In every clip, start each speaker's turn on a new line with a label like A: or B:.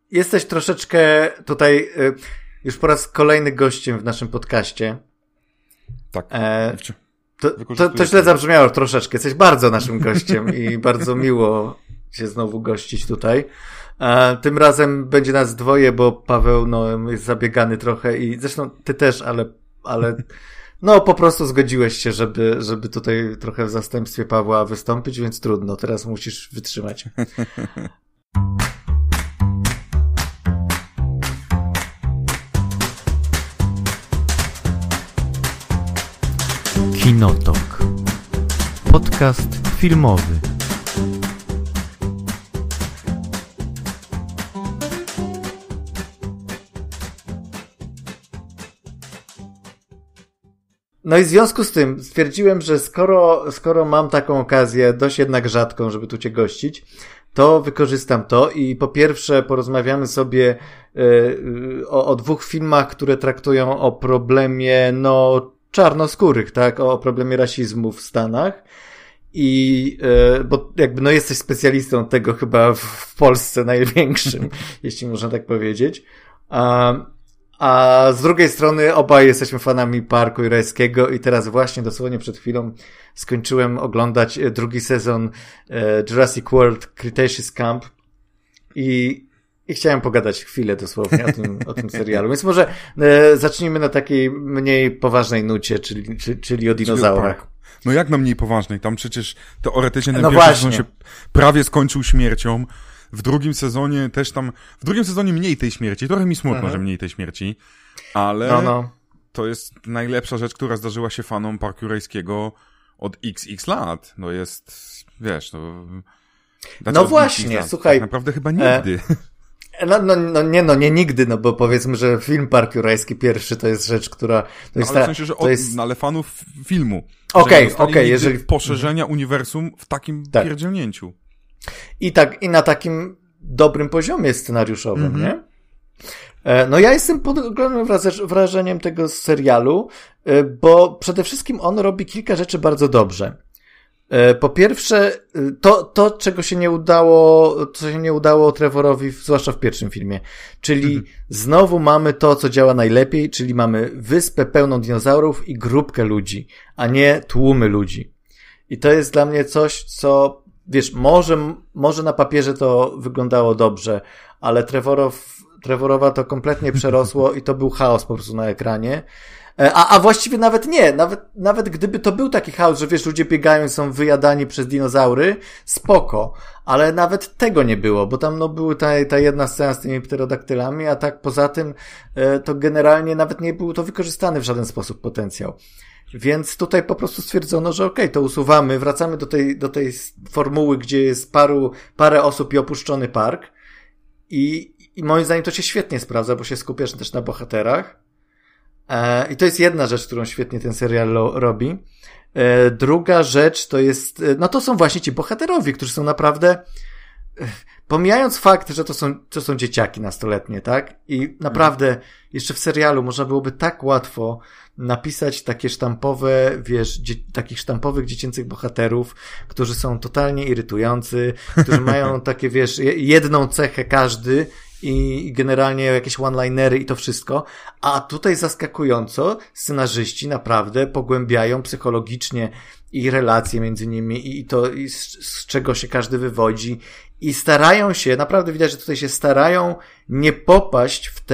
A: jesteś troszeczkę tutaj już po raz kolejny gościem w naszym podcaście.
B: Tak.
A: To źle zabrzmiało troszeczkę. Jesteś bardzo naszym gościem i bardzo miło się znowu gościć tutaj. Tym razem będzie nas dwoje, bo Paweł jest zabiegany trochę i zresztą ty też, ale po prostu zgodziłeś się, żeby tutaj trochę w zastępstwie Pawła wystąpić, więc trudno. Teraz musisz wytrzymać.
C: Kinotok. Podcast filmowy.
A: No i w związku z tym stwierdziłem, że skoro mam taką okazję, dość jednak rzadką, żeby tu cię gościć, to wykorzystam to i po pierwsze porozmawiamy sobie o dwóch filmach, które traktują o problemie, czarnoskórych, tak? O problemie rasizmu w Stanach. I, bo jakby, jesteś specjalistą tego chyba w Polsce największym, jeśli można tak powiedzieć. A z drugiej strony obaj jesteśmy fanami Parku Jurajskiego i teraz właśnie dosłownie przed chwilą skończyłem oglądać drugi sezon Jurassic World Cretaceous Camp i chciałem pogadać chwilę dosłownie o tym serialu. Więc może zacznijmy na takiej mniej poważnej nucie, czyli o dinozaurach.
B: No jak na mniej poważnej? Tam przecież teoretycznie ten pierwszy sezon się prawie skończył śmiercią. W drugim sezonie mniej tej śmierci. Trochę mi smutno, że mniej tej śmierci. Ale to jest najlepsza rzecz, która zdarzyła się fanom Parku Jurajskiego od XX lat. No jest, wiesz,
A: właśnie, słuchaj.
B: Tak naprawdę chyba nigdy.
A: Nie nigdy, bo powiedzmy, że film Park Jurajski pierwszy to jest rzecz, która...
B: ale w sensie, że ale fanów filmu.
A: Okej, jeżeli...
B: Poszerzenia uniwersum w takim pierdzielnięciu.
A: I na takim dobrym poziomie scenariuszowym, nie? Ja jestem pod ogromnym wrażeniem tego serialu, bo przede wszystkim on robi kilka rzeczy bardzo dobrze. Po pierwsze, czego się nie udało, co się nie udało Trevorowi, zwłaszcza w pierwszym filmie. Czyli znowu mamy to, co działa najlepiej, czyli mamy wyspę pełną dinozaurów i grupkę ludzi, a nie tłumy ludzi. I to jest dla mnie coś, co, wiesz, może na papierze to wyglądało dobrze, ale Trevorowa to kompletnie przerosło i to był chaos po prostu na ekranie. A właściwie nawet nie. Nawet gdyby to był taki chaos, że wiesz, ludzie biegają i są wyjadani przez dinozaury, spoko. Ale nawet tego nie było, bo tam była ta jedna scena z tymi pterodaktylami, a tak poza tym to generalnie nawet nie był to wykorzystany w żaden sposób potencjał. Więc tutaj po prostu stwierdzono, że to usuwamy, wracamy do tej formuły, gdzie jest parę osób i opuszczony park. I moim zdaniem to się świetnie sprawdza, bo się skupiasz też na bohaterach. I to jest jedna rzecz, którą świetnie ten serial robi. Druga rzecz to jest, to są właśnie ci bohaterowie, którzy są naprawdę, pomijając fakt, że to są dzieciaki nastoletnie, tak? I naprawdę jeszcze w serialu można byłoby tak łatwo napisać takie sztampowe, wiesz, takich sztampowych dziecięcych bohaterów, którzy są totalnie irytujący, którzy mają takie, wiesz, jedną cechę każdy i generalnie jakieś one-linery i to wszystko, a tutaj zaskakująco scenarzyści naprawdę pogłębiają psychologicznie i relacje między nimi i z czego się każdy wywodzi i starają się, naprawdę widać, że tutaj się starają nie popaść w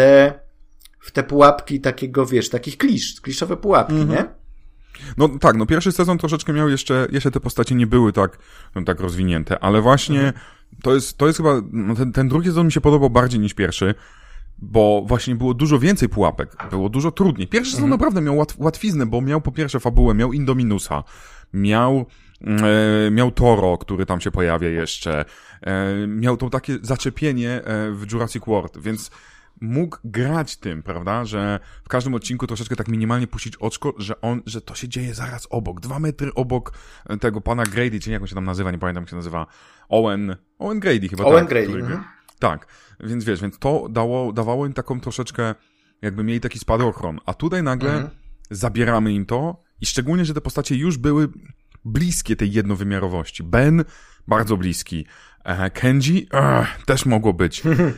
A: te pułapki takiego, wiesz, takich kliszowe pułapki, nie?
B: No tak, pierwszy sezon troszeczkę miał jeszcze te postacie nie były tak rozwinięte, ale właśnie to jest chyba, ten drugi sezon mi się podobał bardziej niż pierwszy, bo właśnie było dużo więcej pułapek, było dużo trudniej. Pierwszy sezon naprawdę miał łatwiznę, bo miał po pierwsze fabułę, miał Indominusa, miał Toro, który tam się pojawia jeszcze, miał to takie zaczepienie w Jurassic World, więc mógł grać tym, prawda, że w każdym odcinku troszeczkę tak minimalnie puścić oczko, że to się dzieje zaraz obok, 2 metry obok tego pana Grady, czy jak on się tam nazywa, nie pamiętam jak się nazywa, Owen Grady chyba.
A: Owen Grady.
B: Tak, więc wiesz, to dawało im taką troszeczkę, jakby mieli taki spadochron, a tutaj nagle zabieramy im to i szczególnie, że te postacie już były bliskie tej jednowymiarowości. Ben, bardzo bliski. Kenji, też mogło być.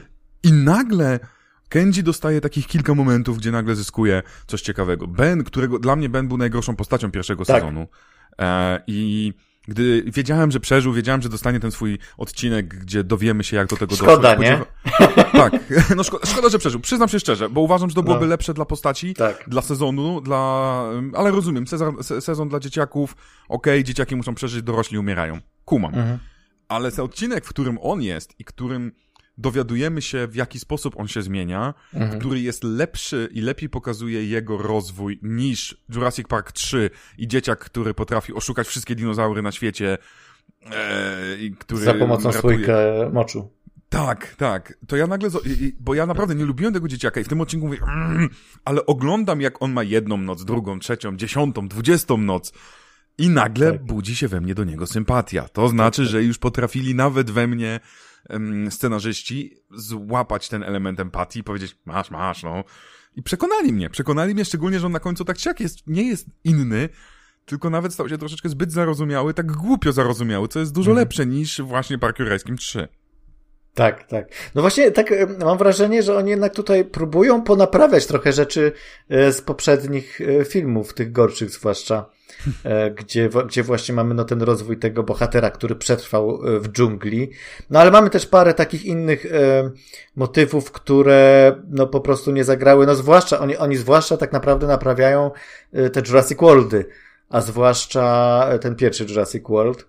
B: I nagle Kenji dostaje takich kilka momentów, gdzie nagle zyskuje coś ciekawego. Ben, którego dla mnie Ben był najgorszą postacią pierwszego sezonu. I gdy wiedziałem, że przeżył, wiedziałem, że dostanie ten swój odcinek, gdzie dowiemy się, jak do tego doszło.
A: Szkoda, nie?
B: Tak, no szkoda, że przeżył. Przyznam się szczerze, bo uważam, że to byłoby lepsze dla postaci, dla sezonu, ale rozumiem, sezon dla dzieciaków, okej, dzieciaki muszą przeżyć, dorośli umierają. Kumam. Ale ten odcinek, w którym on jest i którym dowiadujemy się, w jaki sposób on się zmienia, który jest lepszy i lepiej pokazuje jego rozwój niż Jurassic Park 3 i dzieciak, który potrafi oszukać wszystkie dinozaury na świecie, który
A: za pomocą słoika moczu.
B: Tak. To ja nagle, bo ja naprawdę nie lubiłem tego dzieciaka i w tym odcinku mówię, ale oglądam, jak on ma jedną noc, drugą, trzecią, 10., 20. noc i nagle budzi się we mnie do niego sympatia. To znaczy, że już potrafili nawet we mnie scenarzyści złapać ten element empatii i powiedzieć, masz, no. I przekonali mnie szczególnie, że on na końcu tak czy jak nie jest inny, tylko nawet stał się troszeczkę zbyt zarozumiały, tak głupio zarozumiały, co jest dużo lepsze niż właśnie Park Jurajskim 3.
A: Tak. No właśnie tak mam wrażenie, że oni jednak tutaj próbują ponaprawiać trochę rzeczy z poprzednich filmów, tych gorszych zwłaszcza, gdzie właśnie mamy ten rozwój tego bohatera, który przetrwał w dżungli. No ale mamy też parę takich innych motywów, które no po prostu nie zagrały. No zwłaszcza, oni zwłaszcza tak naprawdę naprawiają te Jurassic Worldy, a zwłaszcza ten pierwszy Jurassic World.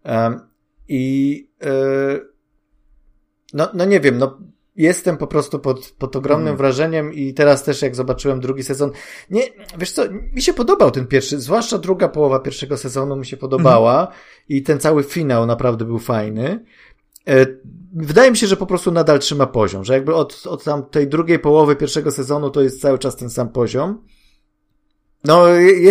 A: No nie wiem, no jestem po prostu pod ogromnym wrażeniem i teraz też jak zobaczyłem drugi sezon, nie, wiesz co, mi się podobał ten pierwszy, zwłaszcza druga połowa pierwszego sezonu mi się podobała i ten cały finał naprawdę był fajny. Wydaje mi się, że po prostu nadal trzyma poziom, że jakby od tam tej drugiej połowy pierwszego sezonu to jest cały czas ten sam poziom. No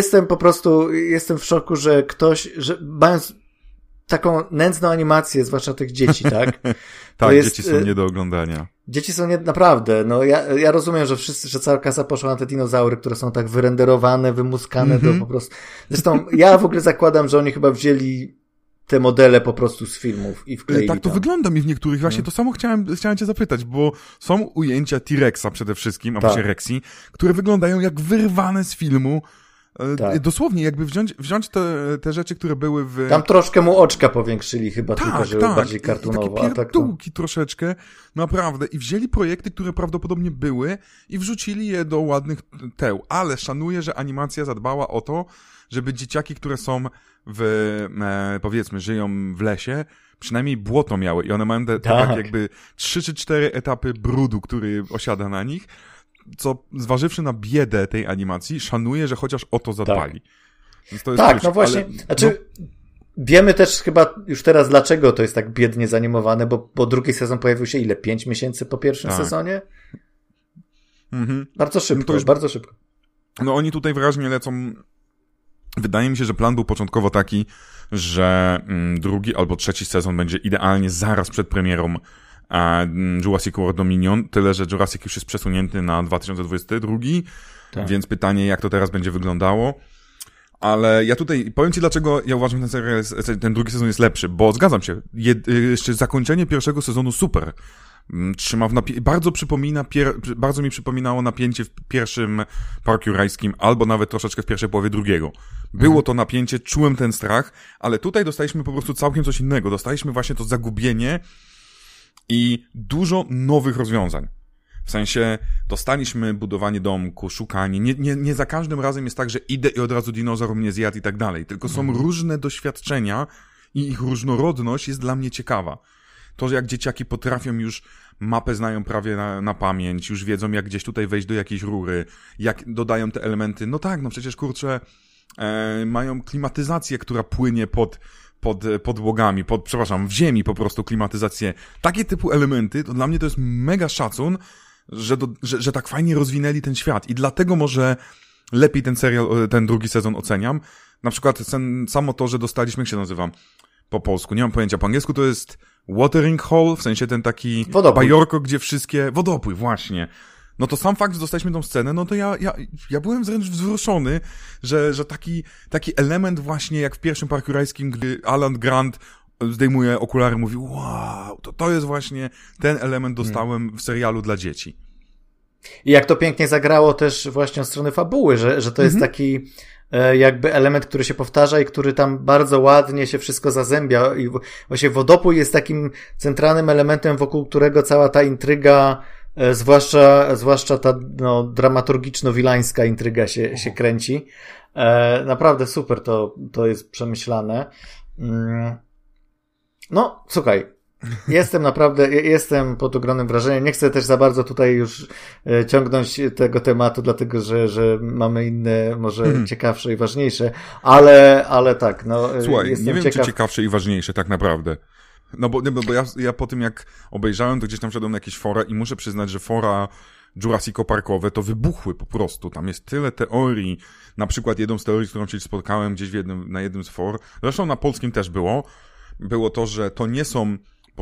A: jestem w szoku, że mając taką nędzną animację, zwłaszcza tych dzieci, tak?
B: Tak, dzieci są nie do oglądania.
A: Dzieci są naprawdę, no ja rozumiem, że cała kasa poszła na te dinozaury, które są tak wyrenderowane, wymuskane do po prostu. Zresztą ja w ogóle zakładam, że oni chyba wzięli te modele po prostu z filmów i wkleili
B: tak to
A: tam.
B: wygląda mi w niektórych. Właśnie to samo chciałem cię zapytać, bo są ujęcia T-Rexa przede wszystkim, a właściwie Rexy, które wyglądają jak wyrwane z filmu. Tak. Dosłownie, jakby wziąć te rzeczy, które były w...
A: Tam troszkę mu oczka powiększyli chyba, tylko żeby bardziej kartunowo.
B: Takie pierdółki troszeczkę, naprawdę. I wzięli projekty, które prawdopodobnie były i wrzucili je do ładnych teł. Ale szanuję, że animacja zadbała o to, żeby dzieciaki, które są powiedzmy, żyją w lesie, przynajmniej błoto miały i one mają tak jakby 3 czy 4 etapy brudu, który osiada na nich. Co zważywszy na biedę tej animacji, szanuję, że chociaż o to zadbali. Więc to jest
A: no właśnie. Wiemy też chyba już teraz, dlaczego to jest tak biednie zanimowane, bo drugi sezon pojawił się 5 miesięcy po pierwszym sezonie? Bardzo szybko, bardzo szybko.
B: No oni tutaj wyraźnie lecą. Wydaje mi się, że plan był początkowo taki, że drugi albo trzeci sezon będzie idealnie zaraz przed premierą Jurassic World Dominion, tyle, że Jurassic już jest przesunięty na 2022, więc pytanie, jak to teraz będzie wyglądało. Ale ja tutaj powiem ci, dlaczego ja uważam, że ten drugi sezon jest lepszy, bo zgadzam się, jeszcze zakończenie pierwszego sezonu super. Trzyma bardzo mi przypominało napięcie w pierwszym Parku Jurajskim, albo nawet troszeczkę w pierwszej połowie drugiego. Było to napięcie, czułem ten strach, ale tutaj dostaliśmy po prostu całkiem coś innego. Dostaliśmy właśnie to zagubienie i dużo nowych rozwiązań. W sensie dostaliśmy budowanie domku, szukanie. Nie za każdym razem jest tak, że idę i od razu dinozaur mnie zjadł i tak dalej. Tylko są różne doświadczenia i ich różnorodność jest dla mnie ciekawa. To, że jak dzieciaki potrafią już, mapę znają prawie na pamięć, już wiedzą jak gdzieś tutaj wejść do jakiejś rury, jak dodają te elementy. No tak, no przecież kurczę, mają klimatyzację, która płynie pod podłogami, w ziemi po prostu klimatyzację. Takie typu elementy, to dla mnie to jest mega szacun, że tak fajnie rozwinęli ten świat i dlatego może lepiej ten serial, ten drugi sezon oceniam. Na przykład samo to, że dostaliśmy, jak się nazywa po polsku, nie mam pojęcia, po angielsku to jest watering hole, w sensie ten taki bajorko, gdzie wszystkie, wodopój, właśnie. No to sam fakt, że dostaliśmy tą scenę, no to ja byłem wręcz wzruszony, że taki element właśnie jak w pierwszym Parku Jurajskim, gdy Alan Grant zdejmuje okulary, mówi, wow, to jest właśnie ten element dostałem w serialu dla dzieci.
A: I jak to pięknie zagrało też właśnie od strony fabuły, że to jest taki jakby element, który się powtarza i który tam bardzo ładnie się wszystko zazębia i właśnie wodopój jest takim centralnym elementem, wokół którego cała ta intryga, zwłaszcza ta dramaturgiczno-wilańska intryga się kręci. Naprawdę super to jest przemyślane. No, słuchaj, jestem pod ogromnym wrażeniem. Nie chcę też za bardzo tutaj już ciągnąć tego tematu, dlatego że mamy inne, może ciekawsze i ważniejsze, ale tak, no.
B: Słuchaj,
A: jestem
B: nie wiem,
A: ciekaw...
B: czy ciekawsze i ważniejsze tak naprawdę. No bo ja po tym, jak obejrzałem, to gdzieś tam wszedłem na jakieś fora i muszę przyznać, że fora Jurassico-parkowe to wybuchły po prostu. Tam jest tyle teorii. Na przykład jedną z teorii, z którą się spotkałem gdzieś na jednym z for, zresztą na polskim też było to, że to nie są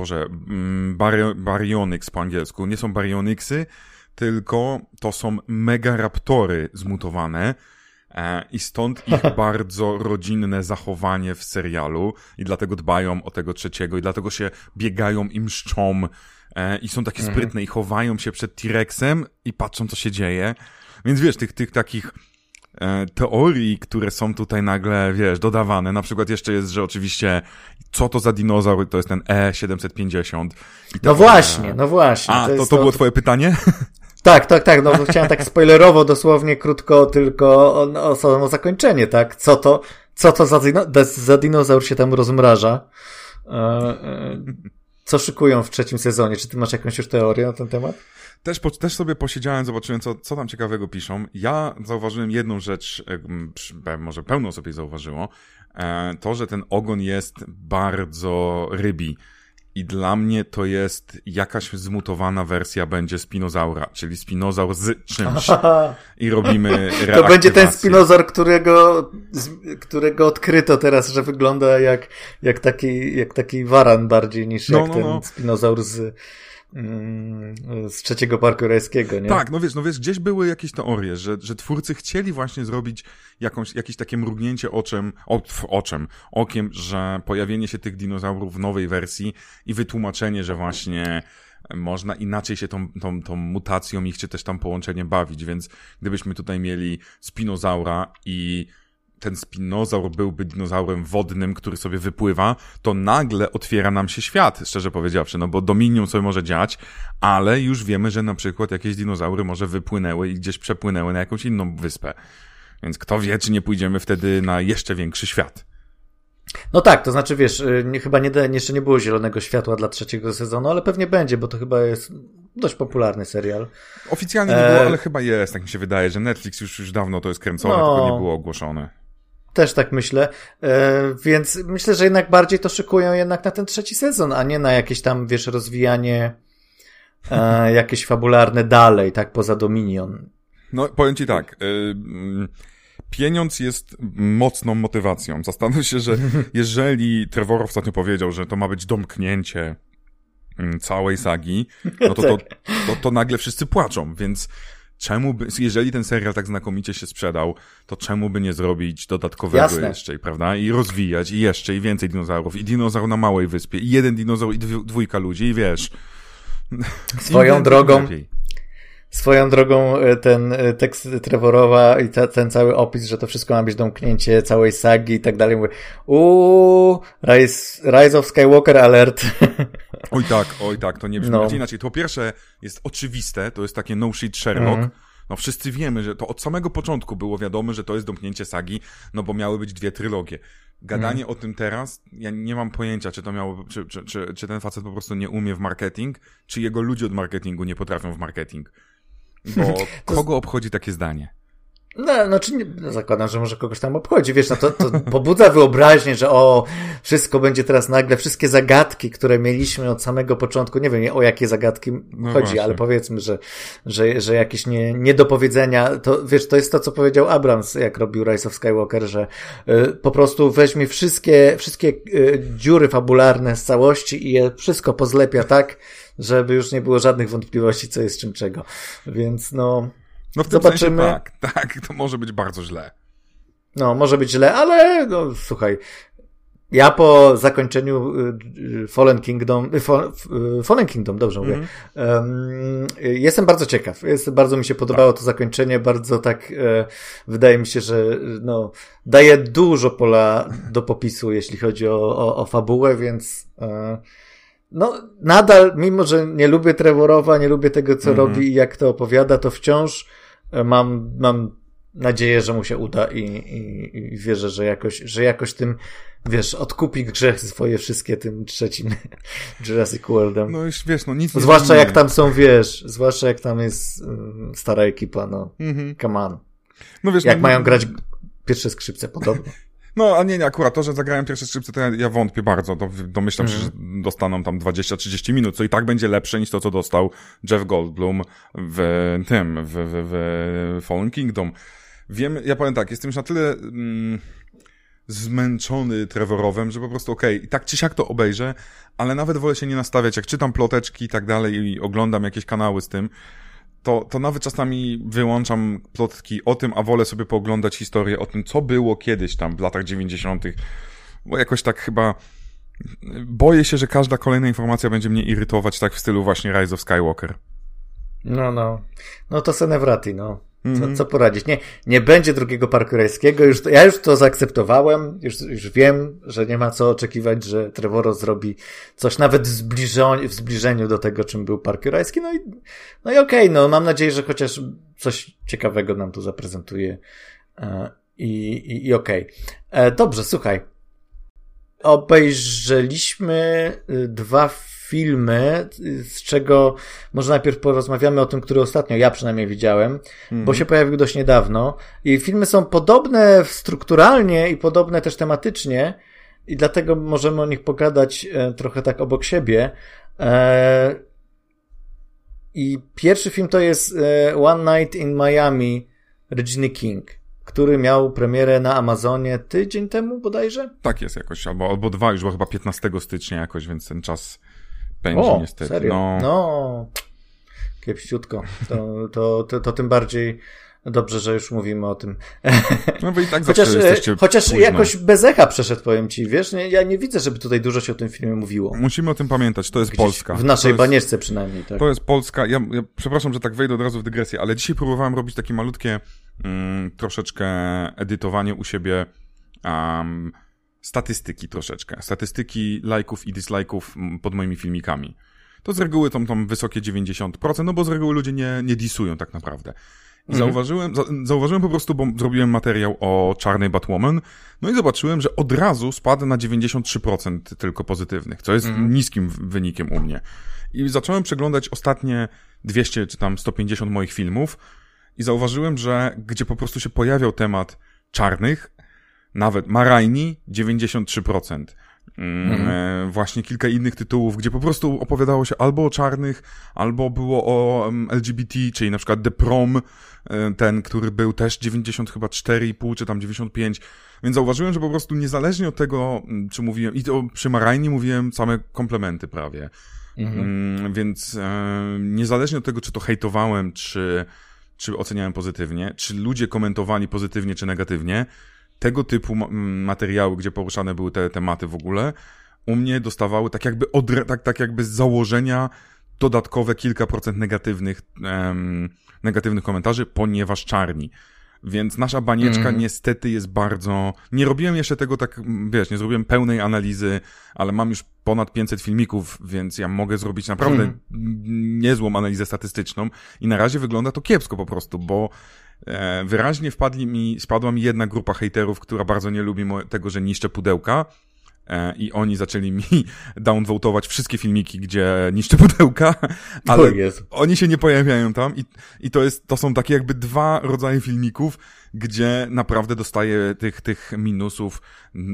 B: baryonyx po angielsku, nie są baryonyxy, tylko to są megaraptory zmutowane i stąd ich bardzo rodzinne zachowanie w serialu i dlatego dbają o tego trzeciego i dlatego się biegają i mszczą i są takie sprytne i chowają się przed T-Rexem i patrzą, co się dzieje. Więc wiesz, tych takich teorii, które są tutaj nagle, wiesz, dodawane. Na przykład jeszcze jest, że oczywiście co to za dinozaur, to jest ten E750.
A: No właśnie.
B: A, to było twoje pytanie?
A: Tak, no chciałem tak spoilerowo, dosłownie krótko tylko o samo zakończenie, tak? Co to za dinozaur się tam rozmraża? Co szykują w 3. sezonie? Czy ty masz jakąś już teorię na ten temat?
B: Też sobie posiedziałem, zobaczyłem, co tam ciekawego piszą. Ja zauważyłem jedną rzecz, może pełno osób jej zauważyło, to, że ten ogon jest bardzo rybi. I dla mnie to jest jakaś zmutowana wersja będzie spinozaura, czyli spinozaur z czymś. I robimy reaktywację.
A: To będzie ten spinozaur, którego odkryto teraz, że wygląda jak taki waran bardziej niż ten spinozaur z 3. Parku Jurajskiego, nie?
B: Tak, no wiesz, gdzieś były jakieś teorie, że twórcy chcieli właśnie zrobić jakieś takie mrugnięcie okiem, że pojawienie się tych dinozaurów w nowej wersji i wytłumaczenie, że właśnie można inaczej się tą mutacją ich, czy też tam połączeniem bawić, więc gdybyśmy tutaj mieli spinozaura i ten spinozaur byłby dinozaurem wodnym, który sobie wypływa, to nagle otwiera nam się świat, szczerze powiedziawszy, no bo Dominium sobie może dziać, ale już wiemy, że na przykład jakieś dinozaury może wypłynęły i gdzieś przepłynęły na jakąś inną wyspę. Więc kto wie, czy nie pójdziemy wtedy na jeszcze większy świat.
A: No tak, to znaczy wiesz, chyba jeszcze nie było zielonego światła dla 3. sezonu, ale pewnie będzie, bo to chyba jest dość popularny serial.
B: Oficjalnie nie było, ale chyba jest, tak mi się wydaje, że Netflix już dawno to jest kręcone, tylko nie było ogłoszone.
A: Też tak myślę, więc myślę, że jednak bardziej to szykują jednak na ten 3. sezon, a nie na jakieś tam, wiesz, rozwijanie jakieś fabularne dalej, tak, poza Dominion.
B: No, powiem ci tak, pieniądz jest mocną motywacją. Zastanów się, że jeżeli Trevor ostatnio powiedział, że to ma być domknięcie całej sagi, no to nagle wszyscy płaczą, więc jeżeli ten serial tak znakomicie się sprzedał, to czemu by nie zrobić dodatkowego jeszcze, prawda? I rozwijać, i jeszcze, i więcej dinozaurów, i dinozaur na małej wyspie, i jeden dinozaur, i 2 ludzi, i wiesz.
A: Swoją drogą ten tekst Trevorowa i ten cały opis, że to wszystko ma być domknięcie całej sagi i tak dalej. Mówię, Rise of Skywalker alert.
B: Oj tak, to nie brzmi inaczej. To pierwsze jest oczywiste, to jest takie no shit Sherlock. No wszyscy wiemy, że to od samego początku było wiadomo, że to jest domknięcie sagi, no bo miały być 2 trylogie. Gadanie o tym teraz, ja nie mam pojęcia, czy to miało, czy ten facet po prostu nie umie w marketing, czy jego ludzie od marketingu nie potrafią w marketing. Bo kogo obchodzi takie zdanie?
A: Zakładam, że może kogoś tam obchodzi, wiesz, no to pobudza wyobraźnię, że wszystko będzie teraz nagle, wszystkie zagadki, które mieliśmy od samego początku, nie wiem o jakie zagadki chodzi, właśnie. Ale powiedzmy, że jakieś niedopowiedzenia, to wiesz, to jest to, co powiedział Abrams, jak robił Rise of Skywalker, że po prostu weźmie wszystkie dziury fabularne z całości i je wszystko pozlepia tak, żeby już nie było żadnych wątpliwości, co jest czym czego, więc
B: w tym zobaczymy. Sensie tak, to może być bardzo źle.
A: Może być źle, ale słuchaj, Ja po zakończeniu Fallen Kingdom, dobrze mówię, jestem bardzo ciekaw. Bardzo mi się podobało to zakończenie, bardzo tak wydaje mi się, że no, daje dużo pola do popisu, jeśli chodzi o fabułę, więc no nadal, mimo że nie lubię Trevorowa, nie lubię tego, co robi i jak to opowiada, to wciąż mam nadzieję, że mu się uda i wierzę, że jakoś tym, wiesz, odkupi grzechy swoje wszystkie tym trzecim Jurassic Worldem.
B: No już wiesz, no nic nie
A: zwłaszcza jak tam są, wiesz, zwłaszcza jak tam jest stara ekipa, no come on.
B: No wiesz,
A: jak mają grać pierwsze skrzypce podobno.
B: No, a nie, akurat to, że zagrałem pierwsze skrzypce, to ja wątpię bardzo. Domyślam się, że dostaną tam 20-30 minut, co i tak będzie lepsze niż to, co dostał Jeff Goldblum w Fallen Kingdom. Wiem, ja powiem tak, jestem już na tyle zmęczony Trevorowem, że po prostu okej, tak czy siak to obejrzę, ale nawet wolę się nie nastawiać, jak czytam ploteczki i tak dalej i oglądam jakieś kanały z tym, to nawet czasami wyłączam plotki o tym, a wolę sobie pooglądać historię o tym, co było kiedyś tam w latach 90., bo jakoś tak chyba boję się, że każda kolejna informacja będzie mnie irytować, tak w stylu właśnie Rise of Skywalker. No to Senevrati, no. Co poradzić? Nie będzie drugiego Parku Rajskiego, ja już to zaakceptowałem, już wiem, że nie ma co oczekiwać, że Trevorrow zrobi coś nawet w zbliżeniu do tego, czym był Park Jurajski, no i okej, no mam nadzieję, że chociaż coś ciekawego nam tu zaprezentuje i okej. Dobrze, słuchaj. Obejrzeliśmy 2 filmy, z czego może najpierw porozmawiamy o tym, który ostatnio ja przynajmniej widziałem, bo się pojawił dość niedawno. I filmy są podobne strukturalnie i podobne też tematycznie i dlatego możemy o nich pogadać trochę tak obok siebie. I pierwszy film to jest One Night in Miami Reginy King, który miał premierę na Amazonie tydzień temu bodajże? Tak jest jakoś, albo 2 już, bo chyba 15 stycznia jakoś, więc ten czas pędzi niestety.
A: Serio? No, kiepściutko. To tym bardziej dobrze, że już mówimy o tym.
B: No bo i tak
A: chociaż
B: późno.
A: jakoś bez echa przeszedł, powiem ci, wiesz? Ja nie widzę, żeby tutaj dużo się o tym filmie mówiło.
B: Musimy o tym pamiętać, to jest Polska.
A: W naszej banieczce przynajmniej, tak.
B: To jest Polska. Ja przepraszam, że tak wejdę od razu w dygresję, ale dzisiaj próbowałem robić takie malutkie troszeczkę edytowanie u siebie statystyki troszeczkę. Statystyki lajków i dislajków pod moimi filmikami. To z reguły tam wysokie 90%, no bo z reguły ludzie nie disują tak naprawdę. I zauważyłem po prostu, bo zrobiłem materiał o czarnej Batwoman, no i zobaczyłem, że od razu spadł na 93% tylko pozytywnych, co jest niskim wynikiem u mnie. I zacząłem przeglądać ostatnie 200 czy tam 150 moich filmów i zauważyłem, że gdzie po prostu się pojawiał temat czarnych, nawet Ma Rainey 93%. Właśnie kilka innych tytułów, gdzie po prostu opowiadało się albo o czarnych, albo było o LGBT, czyli na przykład The Prom, ten, który był też 94,5 czy tam 95. Więc zauważyłem, że po prostu niezależnie od tego, czy mówiłem, i to przy Ma Rainey mówiłem same komplementy prawie. Więc niezależnie od tego, czy to hejtowałem, czy oceniałem pozytywnie, czy ludzie komentowali pozytywnie, czy negatywnie, tego typu materiały, gdzie poruszane były te tematy w ogóle, u mnie dostawały tak jakby z założenia dodatkowe kilka procent negatywnych komentarzy, ponieważ czarni. Więc nasza banieczka niestety jest bardzo... Nie robiłem jeszcze tego tak, wiesz, nie zrobiłem pełnej analizy, ale mam już ponad 500 filmików, więc ja mogę zrobić naprawdę niezłą analizę statystyczną i na razie wygląda to kiepsko po prostu, bo wyraźnie spadła mi jedna grupa hejterów, która bardzo nie lubi tego, że niszczę pudełka i oni zaczęli mi downvotować wszystkie filmiki, gdzie niszczę pudełka, ale oni się nie pojawiają tam i to są takie jakby 2 rodzaje filmików, gdzie naprawdę dostaję tych minusów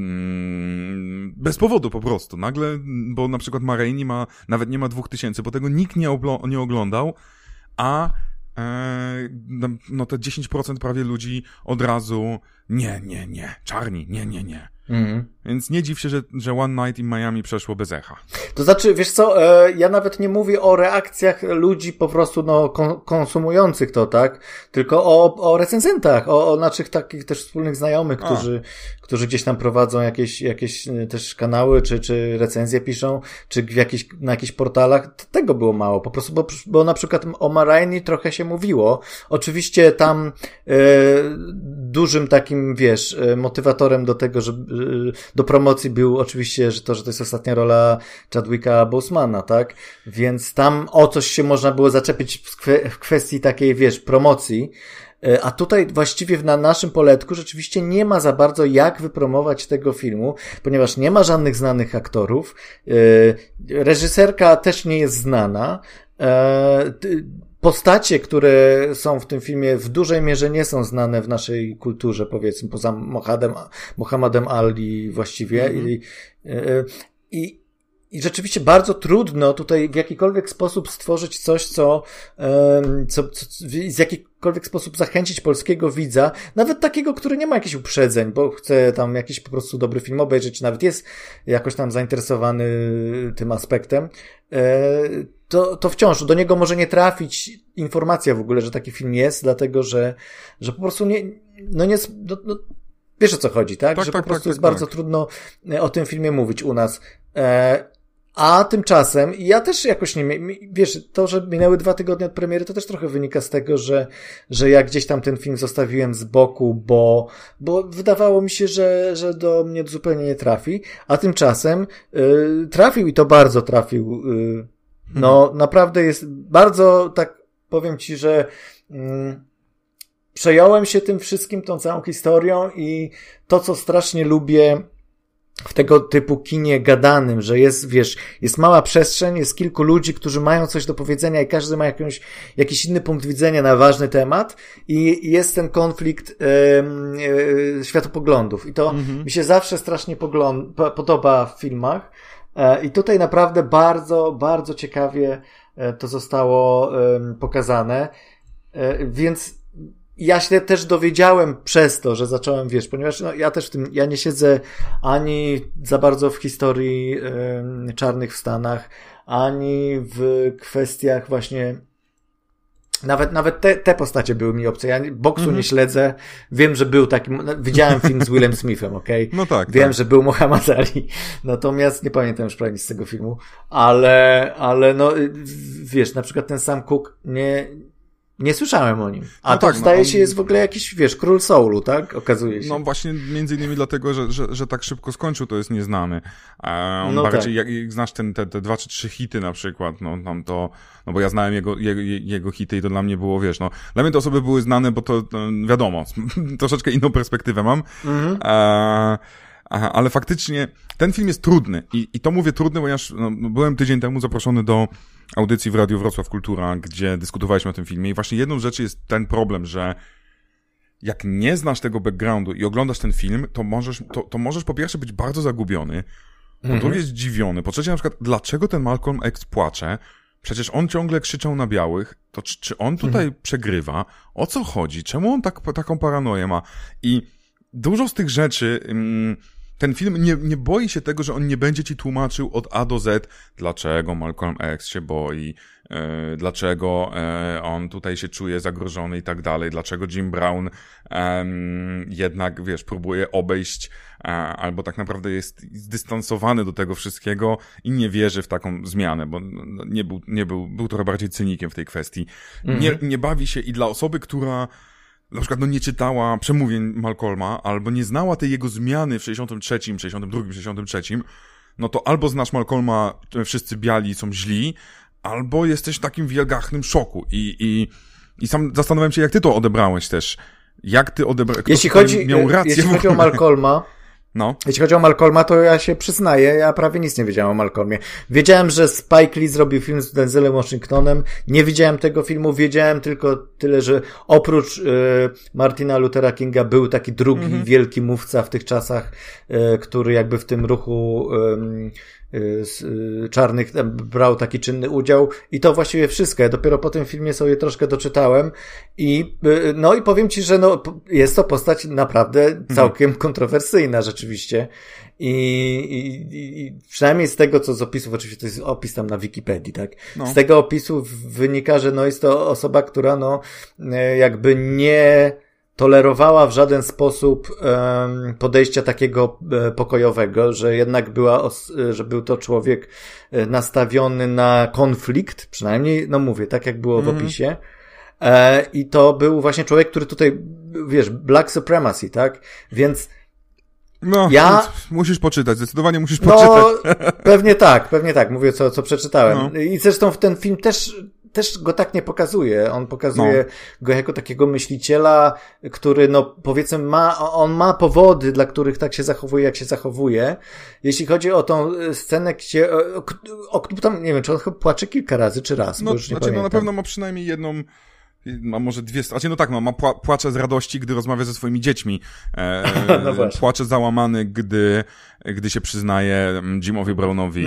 B: bez powodu po prostu. Nagle, bo na przykład Ma Rainey nawet nie ma 2000, bo tego nikt nie oglądał, a no te 10% prawie ludzi od razu nie, czarni, nie. Więc nie dziw się, że One Night in Miami przeszło bez echa.
A: To znaczy, wiesz co, ja nawet nie mówię o reakcjach ludzi po prostu, konsumujących to, tak? Tylko o recenzentach, o naszych takich też wspólnych znajomych, którzy gdzieś tam prowadzą jakieś też kanały, czy recenzje piszą, czy na jakichś portalach. Tego było mało, po prostu, bo na przykład o Ma Rainey trochę się mówiło. Oczywiście tam dużym takim, wiesz, motywatorem do tego, że do promocji był oczywiście, że to jest ostatnia rola Chadwicka Bosemana, tak? Więc tam o coś się można było zaczepić w kwestii takiej, wiesz, promocji. A tutaj właściwie na naszym poletku rzeczywiście nie ma za bardzo jak wypromować tego filmu, ponieważ nie ma żadnych znanych aktorów. Reżyserka też nie jest znana. Postacie, które są w tym filmie, w dużej mierze nie są znane w naszej kulturze, powiedzmy, poza Muhammadem Ali właściwie. I rzeczywiście bardzo trudno tutaj w jakikolwiek sposób stworzyć coś, co w jakikolwiek sposób zachęcić polskiego widza, nawet takiego, który nie ma jakichś uprzedzeń, bo chce tam jakiś po prostu dobry film obejrzeć, nawet jest jakoś tam zainteresowany tym aspektem, to wciąż do niego może nie trafić informacja w ogóle, że taki film jest, dlatego, że po prostu wiesz o co chodzi, tak? Że po prostu jest bardzo trudno o tym filmie mówić u nas. A tymczasem, ja też jakoś wiesz, to, że minęły 2 tygodnie od premiery, to też trochę wynika z tego, że ja gdzieś tam ten film zostawiłem z boku, bo wydawało mi się, że do mnie zupełnie nie trafi, a tymczasem trafił i to bardzo trafił. Naprawdę jest bardzo, tak powiem ci, że przejąłem się tym wszystkim, tą całą historią i to, co strasznie lubię w tego typu kinie gadanym, że jest, wiesz, jest mała przestrzeń, jest kilku ludzi, którzy mają coś do powiedzenia i każdy ma jakiś inny punkt widzenia na ważny temat i jest ten konflikt światopoglądów i to mi się zawsze strasznie podoba w filmach i tutaj naprawdę bardzo, bardzo ciekawie to zostało pokazane, więc ja się też dowiedziałem przez to, że zacząłem, wiesz, ponieważ ja też ja nie siedzę ani za bardzo w historii czarnych w Stanach, ani w kwestiach właśnie nawet te postacie były mi obce. Ja boksu nie śledzę. Wiem, że był taki, widziałem film z Willem Smithem, okej?
B: No tak.
A: Wiem, że był Muhammad Ali. Natomiast nie pamiętam już prawie nic z tego filmu. Ale wiesz, na przykład ten Sam Cooke nie słyszałem o nim. A to zdaje się jest w ogóle jakiś, wiesz, król soulu, tak? Okazuje się.
B: No właśnie między innymi dlatego, że tak szybko skończył, to jest nieznany. On bardziej, jak znasz te 2 czy 3 hity na przykład, bo ja znałem jego hity i to dla mnie było, wiesz, dla mnie te osoby były znane, bo to wiadomo, troszeczkę inną perspektywę mam. Ale faktycznie ten film jest trudny i to mówię trudny, ponieważ byłem tydzień temu zaproszony do audycji w Radiu Wrocław Kultura, gdzie dyskutowaliśmy o tym filmie i właśnie jedną z rzeczy jest ten problem, że jak nie znasz tego backgroundu i oglądasz ten film, to możesz po pierwsze być bardzo zagubiony, po drugie zdziwiony, po trzecie na przykład dlaczego ten Malcolm X płacze, przecież on ciągle krzyczał na białych, to czy on tutaj przegrywa, o co chodzi, czemu on taką paranoję ma i dużo z tych rzeczy ten film nie boi się tego, że on nie będzie ci tłumaczył od A do Z, dlaczego Malcolm X się boi, dlaczego on tutaj się czuje zagrożony i tak dalej, dlaczego Jim Brown jednak, wiesz, próbuje obejść albo tak naprawdę jest zdystansowany do tego wszystkiego i nie wierzy w taką zmianę, bo był trochę bardziej cynikiem w tej kwestii. Nie bawi się i dla osoby, która na przykład nie czytała przemówień Malcolma, albo nie znała tej jego zmiany w 63, 62, 63, to albo znasz Malcolma, wszyscy biali są źli, albo jesteś w takim wielgachnym szoku. I sam zastanawiam się, jak ty to odebrałeś też. Jak ty odebrałeś? Jeśli chodzi
A: o Malcolma, jeśli chodzi o Malcolma, to ja się przyznaję, ja prawie nic nie wiedziałem o Malcolmie. Wiedziałem, że Spike Lee zrobił film z Denzelem Washingtonem, nie widziałem tego filmu, wiedziałem tylko tyle, że oprócz Martina Luthera Kinga był taki drugi wielki mówca w tych czasach, który jakby w tym ruchu czarnych brał taki czynny udział i to właściwie wszystko. Ja dopiero po tym filmie sobie troszkę doczytałem i powiem ci, że jest to postać naprawdę całkiem kontrowersyjna rzeczywiście. I przynajmniej z tego, co z opisów, oczywiście to jest opis tam na Wikipedii, tak? No. Z tego opisu wynika, że jest to osoba, która jakby nie tolerowała w żaden sposób podejścia takiego pokojowego, że jednak że był to człowiek nastawiony na konflikt, przynajmniej, mówię, tak jak było w opisie. I to był właśnie człowiek, który tutaj, wiesz, black supremacy, tak? Więc
B: musisz poczytać, zdecydowanie musisz poczytać.
A: Pewnie tak, mówię co przeczytałem. I zresztą ten film też go tak nie pokazuje. On pokazuje go jako takiego myśliciela, który, powiedzmy, ma powody, dla których tak się zachowuje, jak się zachowuje. Jeśli chodzi o tą scenę, gdzie, tam, nie wiem, czy on chyba płacze kilka razy, czy raz, bo już nie pamiętam.
B: Na pewno ma przynajmniej jedną, ma może dwie, płacze z radości, gdy rozmawia ze swoimi dziećmi. Płacze załamany, gdy się przyznaje Jimowi Brownowi,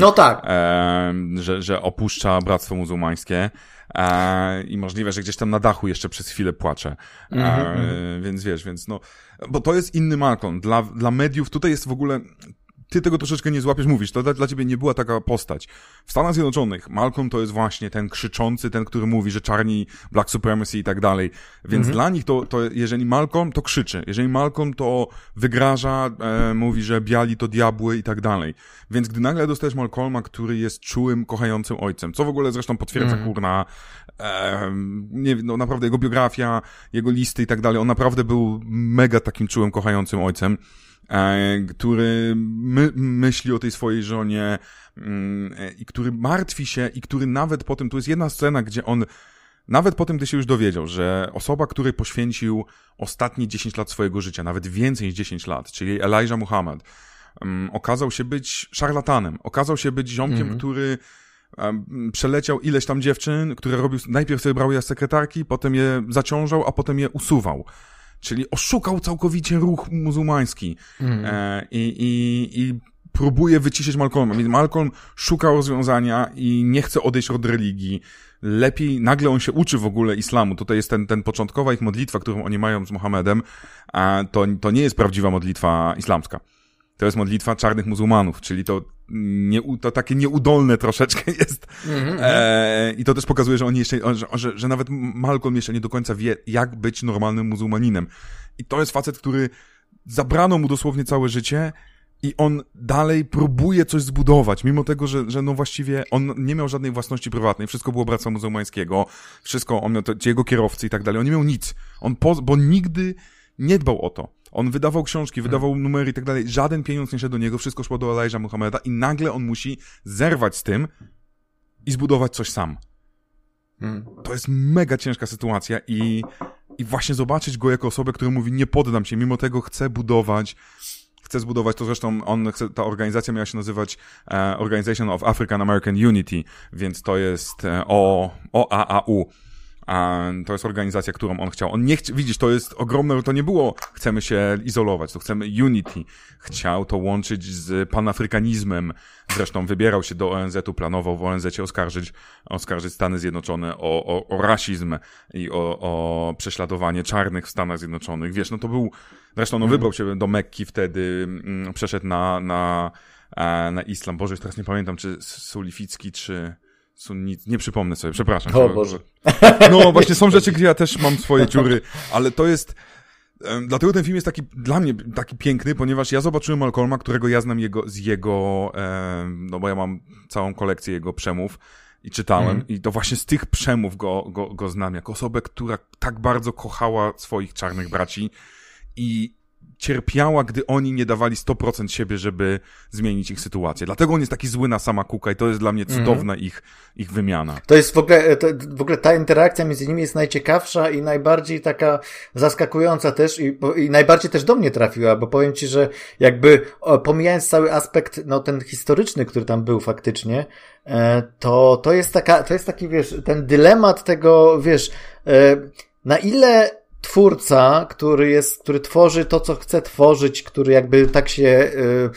B: że opuszcza Bractwo Muzułmańskie. I możliwe, że gdzieś tam na dachu jeszcze przez chwilę płacze. Więc wiesz, bo to jest inny Malcolm. Dla mediów tutaj jest w ogóle, ty tego troszeczkę nie złapiesz, mówisz, to dla ciebie nie była taka postać. W Stanach Zjednoczonych Malcolm to jest właśnie ten krzyczący, ten, który mówi, że czarni, black supremacy i tak dalej. Więc dla nich to jeżeli Malcolm, to krzyczy. Jeżeli Malcolm, to wygraża, mówi, że biali to diabły i tak dalej. Więc gdy nagle dostajesz Malcolma, który jest czułym, kochającym ojcem, co w ogóle zresztą potwierdza kurna, naprawdę jego biografia, jego listy i tak dalej, on naprawdę był mega takim czułym, kochającym ojcem, który myśli o tej swojej żonie i który martwi się i który nawet po tym, tu jest jedna scena, gdzie on nawet po tym, gdy się już dowiedział, że osoba, której poświęcił ostatnie 10 lat swojego życia, nawet więcej niż 10 lat, czyli Elijah Muhammad, okazał się być szarlatanem, okazał się być ziomkiem, który przeleciał ileś tam dziewczyn, które robił, najpierw sobie brał je sekretarki, potem je zaciążał, a potem je usuwał. Czyli oszukał całkowicie ruch muzułmański i próbuje wyciszyć Malcolma. Więc Malcolm szuka rozwiązania i nie chce odejść od religii. Lepiej, nagle on się uczy w ogóle islamu. Tutaj jest ten początkowa ich modlitwa, którą oni mają z Mohamedem, a to nie jest prawdziwa modlitwa islamska. To jest modlitwa czarnych muzułmanów, czyli to takie nieudolne troszeczkę jest. I to też pokazuje, że oni jeszcze, że nawet Malcolm jeszcze nie do końca wie, jak być normalnym muzułmaninem. I to jest facet, który zabrano mu dosłownie całe życie i on dalej próbuje coś zbudować, mimo tego, że właściwie on nie miał żadnej własności prywatnej, wszystko było Bractwa Muzułmańskiego, wszystko, on miał jego kierowcy i tak dalej, on nie miał nic. Bo nigdy nie dbał o to. On wydawał książki, wydawał numery i tak dalej. Żaden pieniądz nie szedł do niego, wszystko szło do Elijah Muhammada i nagle on musi zerwać z tym i zbudować coś sam. To jest mega ciężka sytuacja i właśnie zobaczyć go jako osobę, która mówi, nie poddam się, mimo tego chcę zbudować to, zresztą ta organizacja miała się nazywać Organization of African American Unity, więc to jest OAAU. To jest organizacja, którą on chciał. On nie widzisz, to jest ogromne, to nie było chcemy się izolować, to chcemy unity. Chciał to łączyć z panafrykanizmem. Zresztą wybierał się do ONZ-u, planował w ONZ-cie oskarżyć Stany Zjednoczone o rasizm i o prześladowanie czarnych w Stanach Zjednoczonych. Wiesz, to był, zresztą wybrał się do Mekki wtedy, przeszedł na islam. Boże, już teraz nie pamiętam, czy Sulificki, czy Sunnit, nie przypomnę sobie, przepraszam.
A: O Boże.
B: No właśnie, są rzeczy, gdzie ja też mam swoje dziury, ale to jest, dlatego ten film jest dla mnie taki piękny, ponieważ ja zobaczyłem Malcolma, którego ja znam bo ja mam całą kolekcję jego przemów i czytałem i to właśnie z tych przemów go znam, jako osobę, która tak bardzo kochała swoich czarnych braci i cierpiała, gdy oni nie dawali 100% siebie, żeby zmienić ich sytuację. Dlatego on jest taki zły na sama Cooka i to jest dla mnie cudowna ich wymiana.
A: To jest w ogóle ta interakcja między nimi jest najciekawsza i najbardziej taka zaskakująca też i najbardziej też do mnie trafiła, bo powiem ci, że jakby pomijając cały aspekt, ten historyczny, który tam był faktycznie, to jest taki, wiesz, ten dylemat tego, wiesz, na ile twórca, który tworzy to, co chce tworzyć, który jakby tak się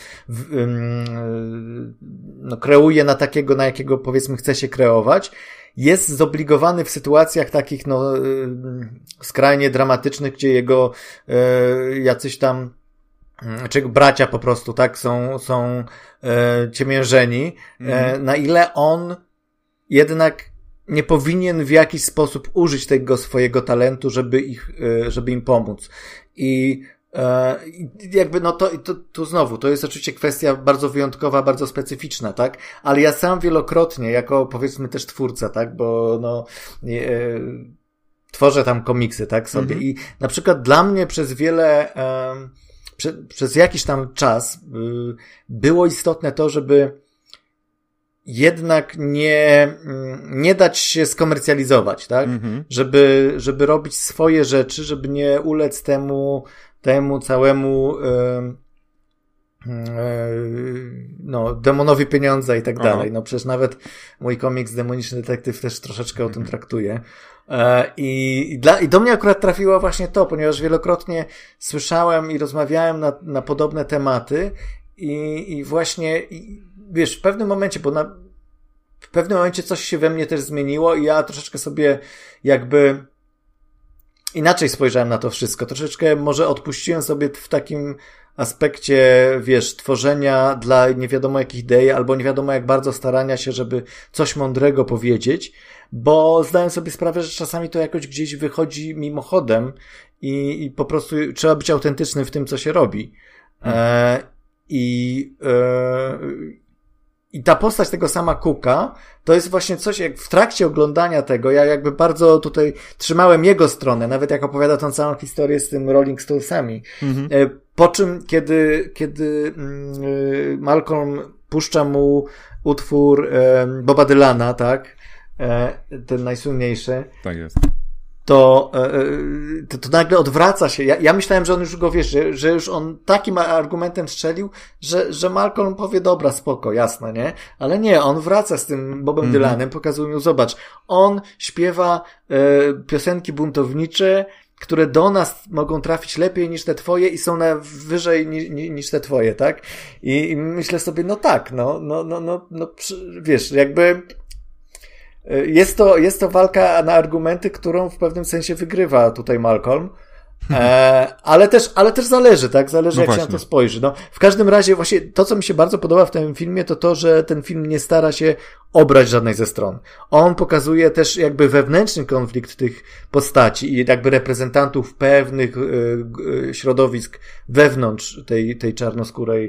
A: kreuje na takiego, na jakiego powiedzmy chce się kreować, jest zobligowany w sytuacjach takich skrajnie dramatycznych, gdzie jego jacyś tam czy bracia po prostu, tak, są ciemiężeni, na ile on jednak nie powinien w jakiś sposób użyć tego swojego talentu, żeby im pomóc. I jakby to znowu, to jest oczywiście kwestia bardzo wyjątkowa, bardzo specyficzna, tak? Ale ja sam wielokrotnie, jako powiedzmy też twórca, tak? Bo tworzę tam komiksy, tak, sobie. I na przykład dla mnie przez jakiś tam czas było istotne to, żeby jednak nie dać się skomercjalizować, tak? Żeby robić swoje rzeczy, żeby nie ulec temu całemu demonowi pieniądza i tak dalej. No przecież nawet mój komiks Demoniczny Detektyw też troszeczkę o tym traktuje. I do mnie akurat trafiło właśnie to, ponieważ wielokrotnie słyszałem i rozmawiałem na podobne tematy i właśnie wiesz, w pewnym momencie coś się we mnie też zmieniło i ja troszeczkę sobie jakby inaczej spojrzałem na to wszystko. Troszeczkę może odpuściłem sobie w takim aspekcie, wiesz, tworzenia dla nie wiadomo jakich idei, albo nie wiadomo jak bardzo starania się, żeby coś mądrego powiedzieć, bo zdałem sobie sprawę, że czasami to jakoś gdzieś wychodzi mimochodem i po prostu trzeba być autentycznym w tym, co się robi. I ta postać tego sama Cooka, to jest właśnie coś, jak w trakcie oglądania tego, ja jakby bardzo tutaj trzymałem jego stronę, nawet jak opowiada tą całą historię z tym Rolling Stonesami. Po czym, kiedy Malcolm puszcza mu utwór Boba Dylana, tak? Ten najsłynniejszy.
B: Tak jest.
A: To nagle odwraca się. Ja myślałem, że on już go, wiesz, że już on takim argumentem strzelił, że Malcolm powie, dobra, spoko, jasne, nie? Ale nie, on wraca z tym Bobem Dylanem, pokazuje mu, zobacz, on śpiewa piosenki buntownicze, które do nas mogą trafić lepiej niż te twoje i są wyżej niż te twoje, tak? I myślę sobie, no tak, wiesz, jakby jest to walka na argumenty, którą w pewnym sensie wygrywa tutaj Malcolm. Ale też zależy, tak? Zależy, jak się na to spojrzy. No, w każdym razie właśnie to, co mi się bardzo podoba w tym filmie, to, że ten film nie stara się obrać żadnej ze stron. On pokazuje też jakby wewnętrzny konflikt tych postaci i jakby reprezentantów pewnych środowisk wewnątrz tej czarnoskórej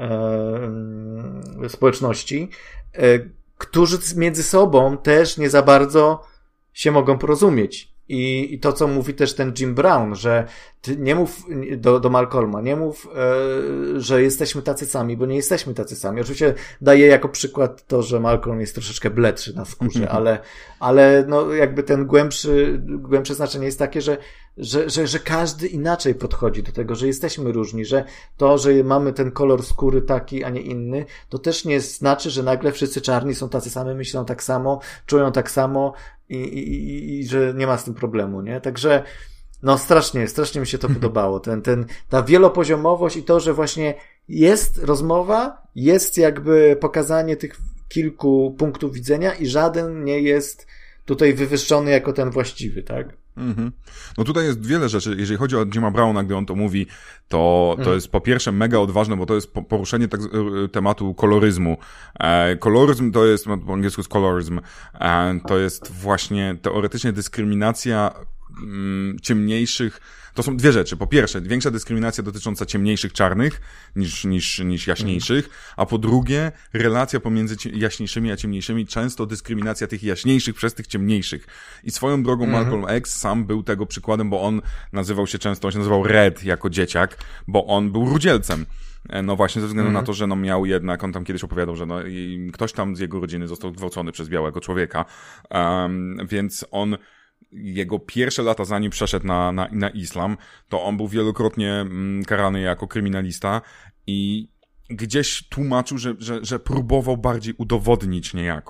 A: społeczności, którzy między sobą też nie za bardzo się mogą porozumieć. I to, co mówi też ten Jim Brown, że ty nie mów do Malcolma, nie mów, że jesteśmy tacy sami, bo nie jesteśmy tacy sami. Oczywiście daje jako przykład to, że Malcolm jest troszeczkę bledszy na skórze, ale no jakby ten głębsze znaczenie jest takie, że każdy inaczej podchodzi do tego, że jesteśmy różni, że to, że mamy ten kolor skóry taki, a nie inny, to też nie znaczy, że nagle wszyscy czarni są tacy sami, myślą tak samo, czują tak samo i że nie ma z tym problemu, nie? Także no strasznie mi się to podobało. Ta wielopoziomowość i to, że właśnie jest rozmowa, jest jakby pokazanie tych kilku punktów widzenia i żaden nie jest tutaj wywyższony jako ten właściwy, tak?
B: No tutaj jest wiele rzeczy. Jeżeli chodzi o Jima Browna, gdy on to mówi, to jest po pierwsze mega odważne, bo to jest poruszenie tematu koloryzmu. Koloryzm to jest, po angielsku jest colorism, to jest właśnie teoretycznie dyskryminacja ciemniejszych. To są dwie rzeczy. Po pierwsze, większa dyskryminacja dotycząca ciemniejszych czarnych niż jaśniejszych, a po drugie, relacja pomiędzy jaśniejszymi a ciemniejszymi, często dyskryminacja tych jaśniejszych przez tych ciemniejszych. I swoją drogą Malcolm X sam był tego przykładem, bo on nazywał Red jako dzieciak, bo on był rudzielcem. No właśnie ze względu na to, że miał jednak, on tam kiedyś opowiadał, że i ktoś tam z jego rodziny został gwałcony przez białego człowieka, więc jego pierwsze lata, zanim przeszedł na islam, to on był wielokrotnie karany jako kryminalista i gdzieś tłumaczył, że próbował bardziej udowodnić niejako.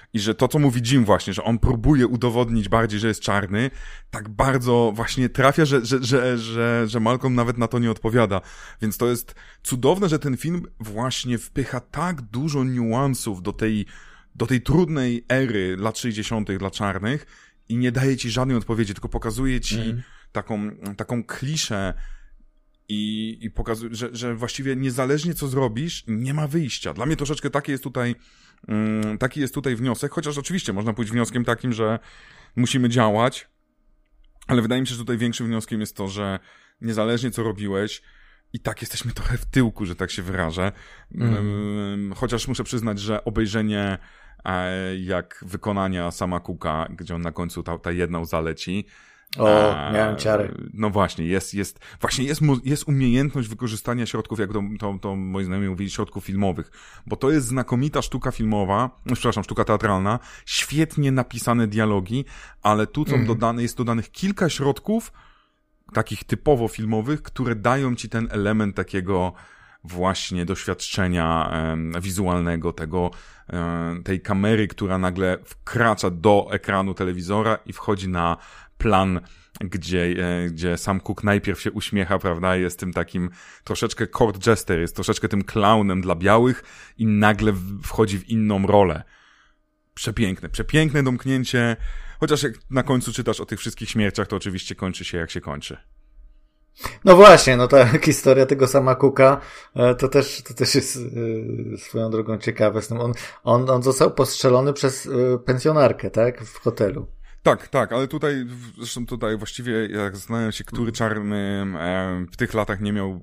B: I że to, co mówi Jim właśnie, że on próbuje udowodnić bardziej, że jest czarny, tak bardzo właśnie trafia, że Malcolm nawet na to nie odpowiada. Więc to jest cudowne, że ten film właśnie wpycha tak dużo niuansów do tej trudnej ery lat 60. dla czarnych i nie daje ci żadnej odpowiedzi, tylko pokazuje ci taką kliszę i pokazuje, że właściwie niezależnie co zrobisz, nie ma wyjścia. Dla mnie troszeczkę taki jest tutaj wniosek, chociaż oczywiście można pójść wnioskiem takim, że musimy działać, ale wydaje mi się, że tutaj większym wnioskiem jest to, że niezależnie co robiłeś, i tak jesteśmy trochę w tyłku, że tak się wyrażę. Chociaż muszę przyznać, że obejrzenie jak wykonania Sama Cooka, gdzie on na końcu ta jedna łza leci.
A: Miałem ciary.
B: No właśnie, jest umiejętność wykorzystania środków, jak to moi znajomi mówili, środków filmowych, bo to jest znakomita sztuka filmowa, sztuka teatralna, świetnie napisane dialogi, ale tu jest dodanych kilka środków, takich typowo filmowych, które dają ci ten element takiego właśnie doświadczenia wizualnego, tej kamery, która nagle wkracza do ekranu telewizora i wchodzi na plan, gdzie Sam Cooke najpierw się uśmiecha, prawda, jest tym takim troszeczkę court jester, jest troszeczkę tym clownem dla białych i nagle wchodzi w inną rolę. Przepiękne domknięcie, chociaż jak na końcu czytasz o tych wszystkich śmierciach, to oczywiście kończy się jak się kończy.
A: No właśnie, no ta historia tego Sama Cooka, to też jest swoją drogą ciekawe. On został postrzelony przez pensjonarkę, tak? W hotelu.
B: Tak, ale zresztą tutaj właściwie jak zastanawiam się, który czarny w tych latach nie miał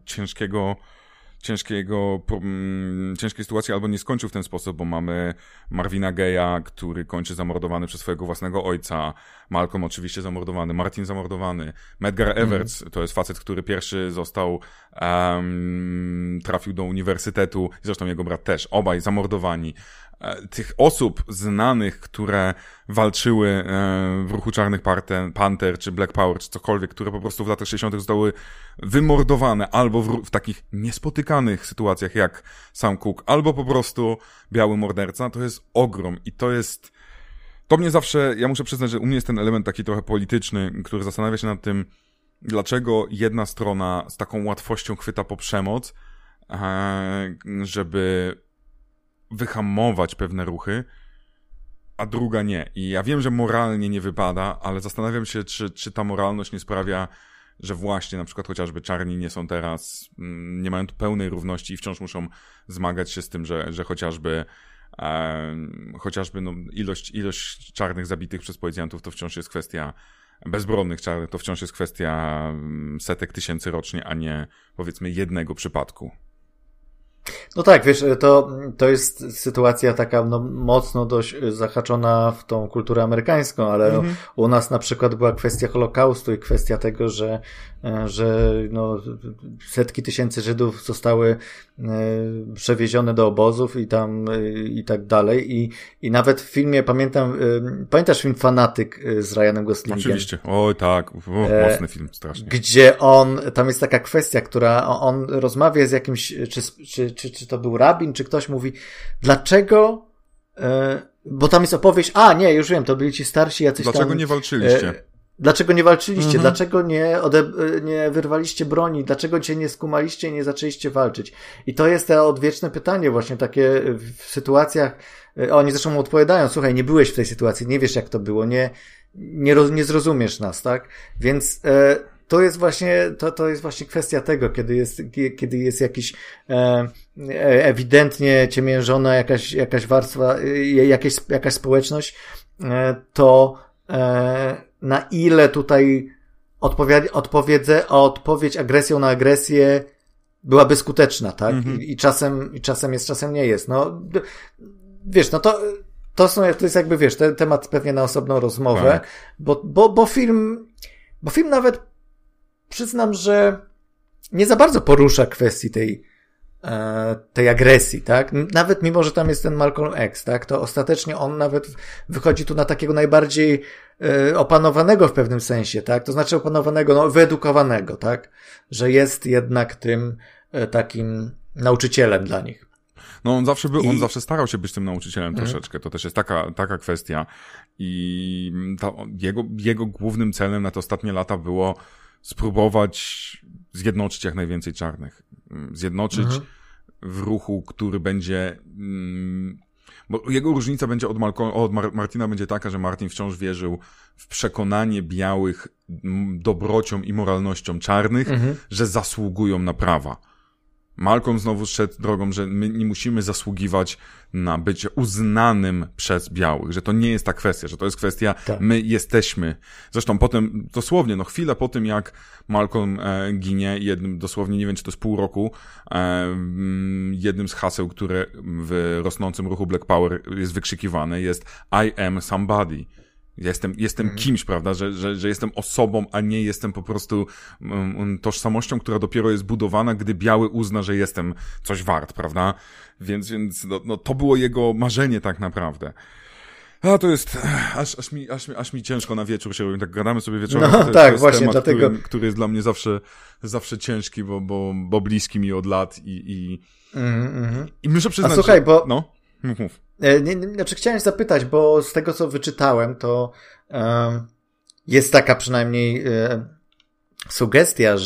B: ciężkiej sytuacji albo nie skończył w ten sposób, bo mamy Marvina Gaye'a, który kończy zamordowany przez swojego własnego ojca, Malcolm oczywiście zamordowany, Martin zamordowany, Medgar Evers, to jest facet, który pierwszy trafił do uniwersytetu, zresztą jego brat też, obaj zamordowani. Tych osób znanych, które walczyły w ruchu Czarnych Panther, czy Black Power, czy cokolwiek, które po prostu w latach 60. zostały wymordowane, albo w takich niespotykanych sytuacjach jak Sam Cooke, albo po prostu biały morderca, to jest ogrom i to mnie zawsze, ja muszę przyznać, że u mnie jest ten element taki trochę polityczny, który zastanawia się nad tym, dlaczego jedna strona z taką łatwością chwyta po przemoc, żeby wyhamować pewne ruchy, a druga nie. I ja wiem, że moralnie nie wypada, ale zastanawiam się, czy ta moralność nie sprawia, że właśnie na przykład chociażby czarni nie są teraz, nie mają tu pełnej równości i wciąż muszą zmagać się z tym, że chociażby no, ilość czarnych zabitych przez policjantów to wciąż jest kwestia bezbronnych czarnych, to wciąż jest kwestia setek tysięcy rocznie, a nie powiedzmy jednego przypadku.
A: No tak, wiesz, to jest sytuacja taka no, mocno dość zahaczona w tą kulturę amerykańską, ale u nas na przykład była kwestia Holokaustu i kwestia tego, że no, setki tysięcy Żydów zostały przewiezione do obozów i tak dalej. I nawet w filmie, pamiętasz film Fanatyk z Ryanem Goslingiem?
B: Oczywiście, oj tak, mocny film, strasznie.
A: Gdzie tam jest taka kwestia, która on rozmawia z jakimś, czy to był rabin, czy ktoś mówi, dlaczego, bo tam jest opowieść, nie, już wiem, to byli ci starsi jacyś
B: Dlaczego nie walczyliście?
A: Dlaczego nie walczyliście? Dlaczego nie wyrwaliście broni? Dlaczego cię nie skumaliście i nie zaczęliście walczyć? I to jest to odwieczne pytanie właśnie takie w sytuacjach, oni zresztą mu odpowiadają, słuchaj, nie byłeś w tej sytuacji, nie wiesz jak to było, nie zrozumiesz nas, tak? Więc to jest właśnie kwestia tego, kiedy jest jakiś ewidentnie ciemiężona jakaś warstwa, jakaś społeczność, to na ile tutaj odpowiedź agresją na agresję byłaby skuteczna, tak? I czasem jest, czasem nie jest. No, wiesz, no to jest jakby, wiesz, temat pewnie na osobną rozmowę, tak. Bo film nawet przyznam, że nie za bardzo porusza kwestii tej agresji, tak? Nawet mimo, że tam jest ten Malcolm X, tak? To ostatecznie on nawet wychodzi tu na takiego najbardziej opanowanego w pewnym sensie, tak? To znaczy opanowanego, no wyedukowanego, tak? Że jest jednak tym takim nauczycielem dla nich.
B: No on zawsze starał się być tym nauczycielem troszeczkę, to też jest taka kwestia i jego głównym celem na te ostatnie lata było spróbować zjednoczyć jak najwięcej czarnych. Zjednoczyć w ruchu, który będzie... Bo jego różnica będzie od Martina będzie taka, że Martin wciąż wierzył w przekonanie białych dobrocią i moralnością czarnych, że zasługują na prawa. Malcolm znowu szedł drogą, że my nie musimy zasługiwać na bycie uznanym przez białych, że to nie jest ta kwestia, że to jest kwestia, my jesteśmy. Zresztą potem, dosłownie, chwilę po tym, jak Malcolm ginie, dosłownie, nie wiem, czy to jest pół roku, jednym z haseł, które w rosnącym ruchu Black Power jest wykrzykiwane, jest I am somebody. Jestem kimś, prawda, że jestem osobą, a nie jestem po prostu tożsamością, która dopiero jest budowana, gdy biały uzna, że jestem coś wart, prawda? Więc to było jego marzenie tak naprawdę. A to jest, aż mi ciężko na wieczór się robi, tak gadamy sobie wieczorem.
A: No tak, jest właśnie, temat, dlatego...
B: który jest dla mnie zawsze ciężki, bo bliski mi od lat i muszę przyznać,
A: a słuchaj, bo...
B: No, mów.
A: Znaczy chciałem zapytać, bo z tego, co wyczytałem, to jest taka przynajmniej sugestia,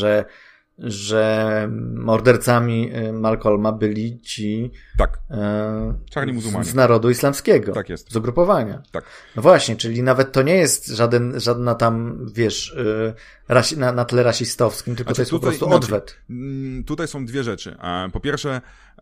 A: że mordercami Malcolma byli ci
B: czarni muzułmanie
A: z narodu islamskiego.
B: Tak jest.
A: Z ugrupowania.
B: Tak.
A: No właśnie, czyli nawet to nie jest żadna tam, wiesz, na tle rasistowskim, tylko to jest po prostu odwet.
B: Tutaj są dwie rzeczy. Po pierwsze,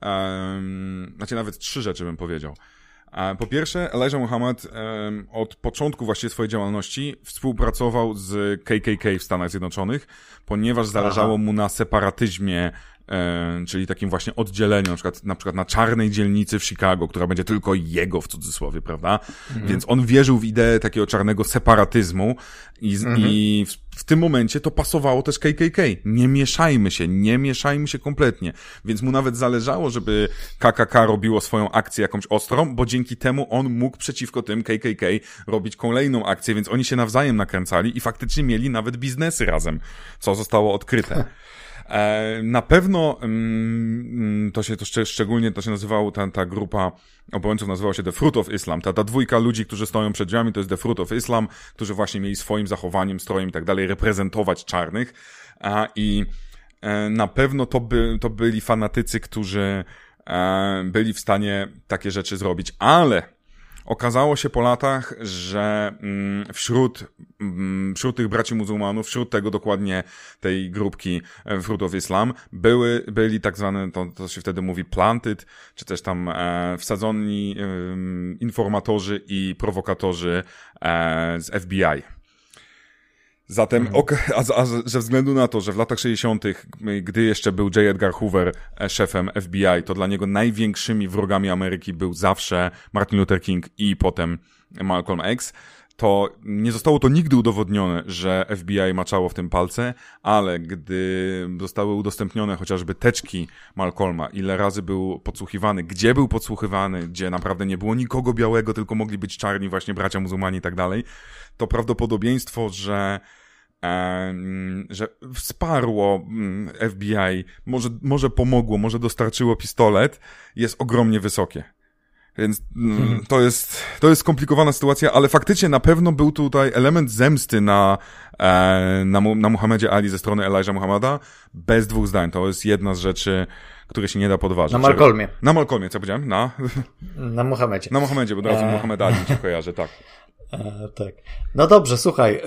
B: nawet trzy rzeczy bym powiedział. Po pierwsze, Elijah Muhammad od początku właściwie swojej działalności współpracował z KKK w Stanach Zjednoczonych, ponieważ zależało mu na separatyzmie, czyli takim właśnie oddzieleniu, na przykład na czarnej dzielnicy w Chicago, która będzie tylko jego, w cudzysłowie, prawda? Więc on wierzył w ideę takiego czarnego separatyzmu i w tym momencie to pasowało też KKK. Nie mieszajmy się kompletnie. Więc mu nawet zależało, żeby KKK robiło swoją akcję jakąś ostrą, bo dzięki temu on mógł przeciwko tym KKK robić kolejną akcję, więc oni się nawzajem nakręcali i faktycznie mieli nawet biznesy razem, co zostało odkryte. Na pewno szczególnie to się nazywało, ta grupa obrońców nazywała się The Fruit of Islam. Ta dwójka ludzi, którzy stoją przed drzwiami, to jest The Fruit of Islam, którzy właśnie mieli swoim zachowaniem, strojem i tak dalej reprezentować czarnych. I na pewno to byli fanatycy, którzy byli w stanie takie rzeczy zrobić, ale okazało się po latach, że wśród tych braci muzułmanów, wśród tego dokładnie tej grupki Fruit of Islam, byli tak zwane, to się wtedy mówi planted, czy też tam wsadzoni informatorzy i prowokatorzy z FBI. Zatem, ze względu na to, że w latach 60., gdy jeszcze był J. Edgar Hoover szefem FBI, to dla niego największymi wrogami Ameryki był zawsze Martin Luther King i potem Malcolm X, to nie zostało to nigdy udowodnione, że FBI maczało w tym palce, ale gdy zostały udostępnione chociażby teczki Malcolma, ile razy był podsłuchiwany, gdzie był podsłuchiwany, gdzie naprawdę nie było nikogo białego, tylko mogli być czarni właśnie bracia muzułmani i tak dalej, to prawdopodobieństwo, że wsparło FBI, może pomogło, może dostarczyło pistolet, jest ogromnie wysokie. Więc to jest skomplikowana sytuacja, ale faktycznie na pewno był tutaj element zemsty na Muhammadzie Ali ze strony Elijah Muhammada, bez dwóch zdań. To jest jedna z rzeczy, które się nie da podważyć.
A: Na Malcolmie.
B: Na Malcolmie, co powiedziałem?
A: Na Muhammadzie.
B: Na Muhammadzie, bo od razu Muhammad Ali cię kojarzę, tak.
A: Tak. No dobrze, słuchaj,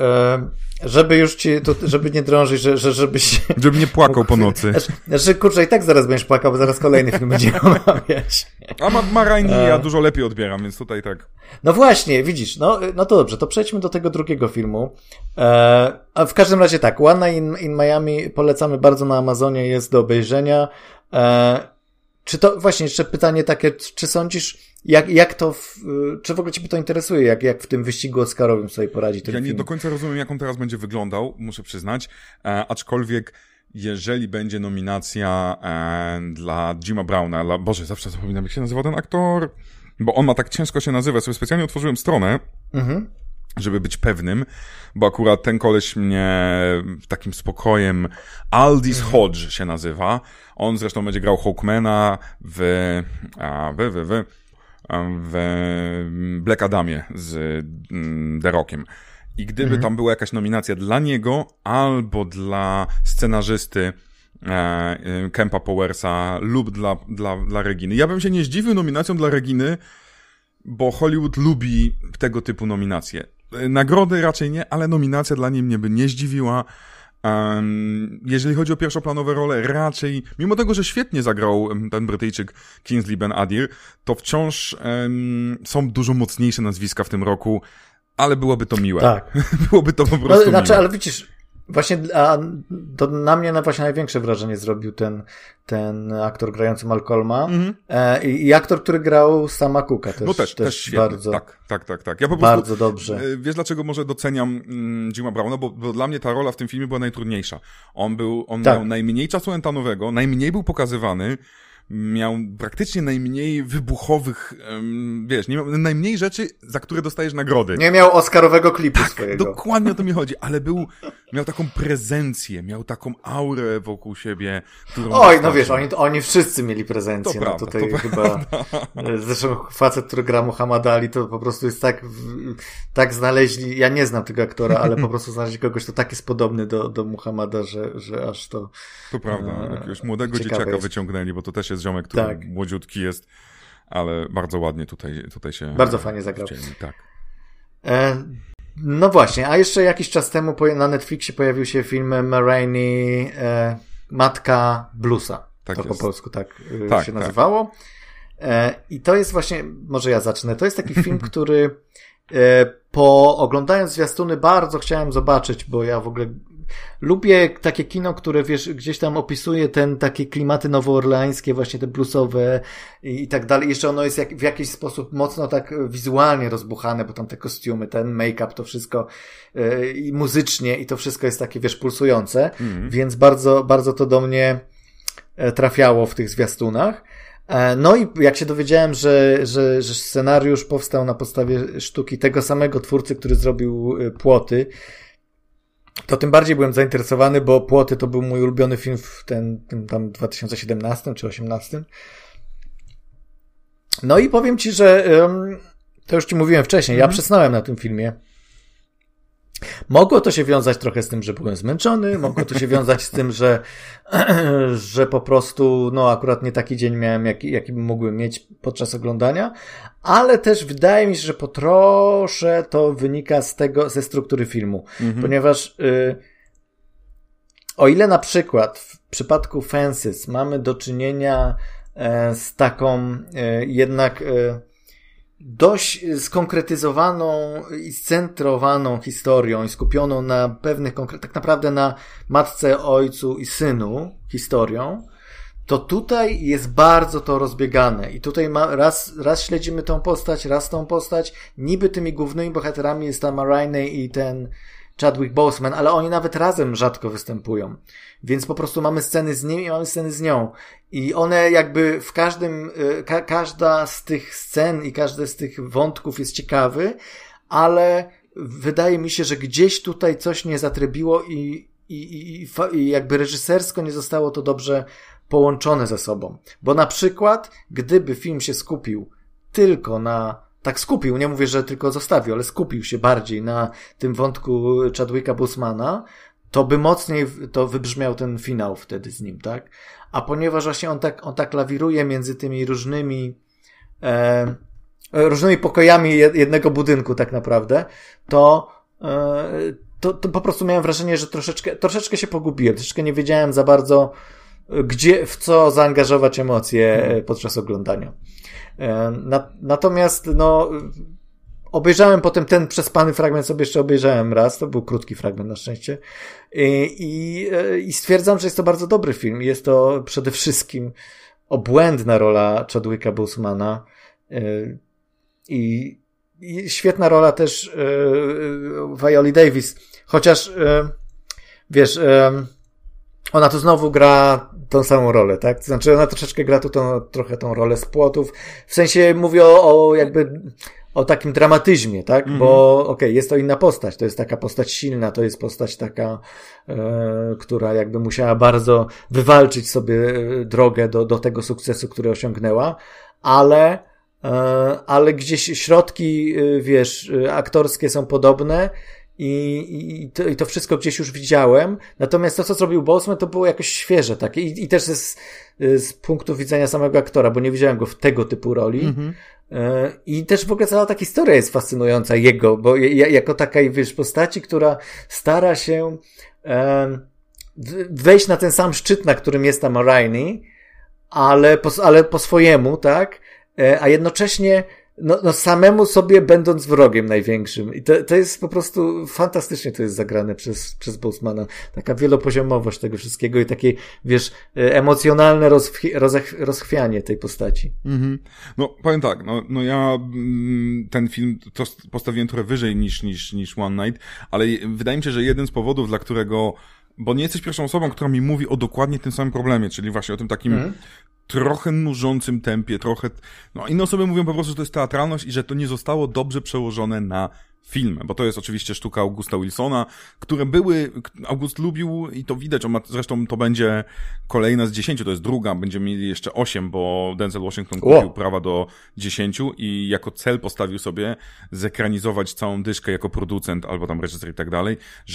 A: żeby nie drążyć, żebyś...
B: Żeby nie płakał po nocy.
A: Znaczy, kurczę, i tak zaraz będziesz płakał, bo zaraz kolejny film będziemy omawiać.
B: A Marine ja dużo lepiej odbieram, więc tutaj tak.
A: No właśnie, widzisz, no to dobrze, to przejdźmy do tego drugiego filmu. A w każdym razie tak, One Night in Miami polecamy bardzo na Amazonie, jest do obejrzenia. Czy to, właśnie jeszcze pytanie takie, czy sądzisz, jak to, czy w ogóle ciebie to interesuje, jak w tym wyścigu Oscarowym sobie poradzi ten film?
B: Ja nie do końca rozumiem, jak on teraz będzie wyglądał, muszę przyznać, aczkolwiek jeżeli będzie nominacja dla Jima Browna, Boże, zawsze zapominam, jak się nazywa ten aktor, bo on ma tak ciężko się nazywa, sobie specjalnie otworzyłem stronę, żeby być pewnym, bo akurat ten koleś mnie takim spokojem, Aldis Hodge się nazywa. On zresztą będzie grał Hawkmana w Black Adamie z The Rockiem. I gdyby tam była jakaś nominacja dla niego albo dla scenarzysty Kempa Powersa lub dla Reginy. Ja bym się nie zdziwił nominacją dla Reginy, bo Hollywood lubi tego typu nominacje. Nagrody raczej nie, ale nominacja dla niej mnie by nie zdziwiła. Jeżeli chodzi o pierwszoplanowe role, raczej, mimo tego, że świetnie zagrał ten Brytyjczyk Kingsley Ben-Adir, to wciąż są dużo mocniejsze nazwiska w tym roku, ale byłoby to miłe. Tak. Byłoby to po prostu miłe.
A: Ale widzisz, właśnie to na mnie właśnie największe wrażenie zrobił ten aktor grający Malcolma i aktor, który grał Sama Cooka też.
B: No też świetnie. Bardzo, tak. Ja po prostu,
A: bardzo dobrze.
B: Wiesz, dlaczego może doceniam Jima Browna? Bo dla mnie ta rola w tym filmie była najtrudniejsza. On miał najmniej czasu antenowego, najmniej był pokazywany, miał praktycznie najmniej wybuchowych, najmniej rzeczy, za które dostajesz nagrody.
A: Nie miał oscarowego klipu swojego.
B: Dokładnie o to mi chodzi, ale miał taką prezencję, miał taką aurę wokół siebie, którą...
A: Oj, no wiesz, oni wszyscy mieli prezencję.
B: To prawda,
A: tutaj chyba... Zresztą facet, który gra Muhammada Ali, to po prostu jest tak znaleźli, ja nie znam tego aktora, ale po prostu znaleźli kogoś, kto tak jest podobny do Muhammada, że aż to...
B: To prawda, jakiegoś młodego dzieciaka wyciągnęli, bo to też jest ziomek, który młodziutki jest, ale bardzo ładnie tutaj się...
A: Bardzo fajnie zagrał.
B: Tak.
A: No właśnie, a jeszcze jakiś czas temu na Netflixie pojawił się film Ma Rainey, Matka Bluesa. Tak to jest. Po polsku tak się nazywało. I to jest właśnie, może ja zacznę, to jest taki film, który oglądając zwiastuny bardzo chciałem zobaczyć, bo ja w ogóle lubię takie kino, które wiesz, gdzieś tam opisuje takie klimaty nowoorleańskie, właśnie te bluesowe i tak dalej. Jeszcze ono jest w jakiś sposób mocno tak wizualnie rozbuchane, bo tam te kostiumy, ten make-up, to wszystko i muzycznie i to wszystko jest takie, wiesz, pulsujące, więc bardzo, bardzo to do mnie trafiało w tych zwiastunach. No i jak się dowiedziałem, że scenariusz powstał na podstawie sztuki tego samego twórcy, który zrobił Płoty, to tym bardziej byłem zainteresowany, bo Płoty to był mój ulubiony film w tym tam 2017 czy 2018. No i powiem ci, że to już ci mówiłem wcześniej, ja przysnąłem na tym filmie. Mogło to się wiązać trochę z tym, że byłem zmęczony, mogło to się wiązać z tym, że po prostu, no akurat nie taki dzień miałem, jaki mógłbym mieć podczas oglądania, ale też wydaje mi się, że po trosze to wynika ze struktury filmu, ponieważ o ile na przykład w przypadku Fences mamy do czynienia z taką jednak dość skonkretyzowaną i scentrowaną historią i skupioną na pewnych tak naprawdę na matce, ojcu i synu historią, to tutaj jest bardzo to rozbiegane i tutaj raz śledzimy tą postać, raz tą postać, niby tymi głównymi bohaterami jest ta Ma Rainey i ten Chadwick Boseman, ale oni nawet razem rzadko występują. Więc po prostu mamy sceny z nim i mamy sceny z nią. I one jakby w każda z tych scen i każdy z tych wątków jest ciekawy, ale wydaje mi się, że gdzieś tutaj coś nie zatrybiło i jakby reżysersko nie zostało to dobrze połączone ze sobą. Bo na przykład, gdyby film się skupił tylko skupił, nie mówię, że tylko zostawił, ale skupił się bardziej na tym wątku Chadwicka Bosemana, to by mocniej to wybrzmiał ten finał wtedy z nim, tak? A ponieważ właśnie on tak lawiruje między tymi różnymi pokojami jednego budynku tak naprawdę, to po prostu miałem wrażenie, że troszeczkę się pogubiłem, troszeczkę nie wiedziałem za bardzo w co zaangażować emocje podczas oglądania. Natomiast obejrzałem potem ten przespany fragment, sobie jeszcze obejrzałem raz, to był krótki fragment na szczęście i stwierdzam, że jest to bardzo dobry film. Jest to przede wszystkim obłędna rola Chadwicka Bosemana i świetna rola też Violi Davis, chociaż wiesz, ona tu znowu gra tą samą rolę, tak? To znaczy ona troszeczkę gra tu trochę tą rolę z Płotów. W sensie mówię o takim dramatyzmie, tak? Bo okej, jest to inna postać, to jest taka postać silna, to jest postać taka, która jakby musiała bardzo wywalczyć sobie drogę do tego sukcesu, który osiągnęła, ale gdzieś środki, wiesz, aktorskie są podobne i to wszystko gdzieś już widziałem. Natomiast to, co zrobił Boseman, to było jakoś świeże takie i też z punktu widzenia samego aktora, bo nie widziałem go w tego typu roli. I też w ogóle cała ta historia jest fascynująca jego, bo jako takiej, wiesz, postaci, która stara się wejść na ten sam szczyt, na którym jest tam Rainey, ale po swojemu, tak? A jednocześnie no samemu sobie będąc wrogiem największym. I to jest po prostu fantastycznie to jest zagrane przez Bosmana. Taka wielopoziomowość tego wszystkiego i takie, wiesz, emocjonalne rozchwianie tej postaci.
B: No, powiem tak, no ja ten film to postawiłem trochę wyżej niż One Night, ale wydaje mi się, że jeden z powodów, dla którego, bo nie jesteś pierwszą osobą, która mi mówi o dokładnie tym samym problemie, czyli właśnie o tym takim trochę nużącym tempie, no inne osoby mówią po prostu, że to jest teatralność i że to nie zostało dobrze przełożone na film, bo to jest oczywiście sztuka Augusta Wilsona, które August lubił i to widać, zresztą to będzie kolejna z 10, to jest druga, będziemy mieli jeszcze 8, bo Denzel Washington kupił prawa do 10 i jako cel postawił sobie zekranizować całą dyszkę jako producent albo tam reżyser i tak dalej,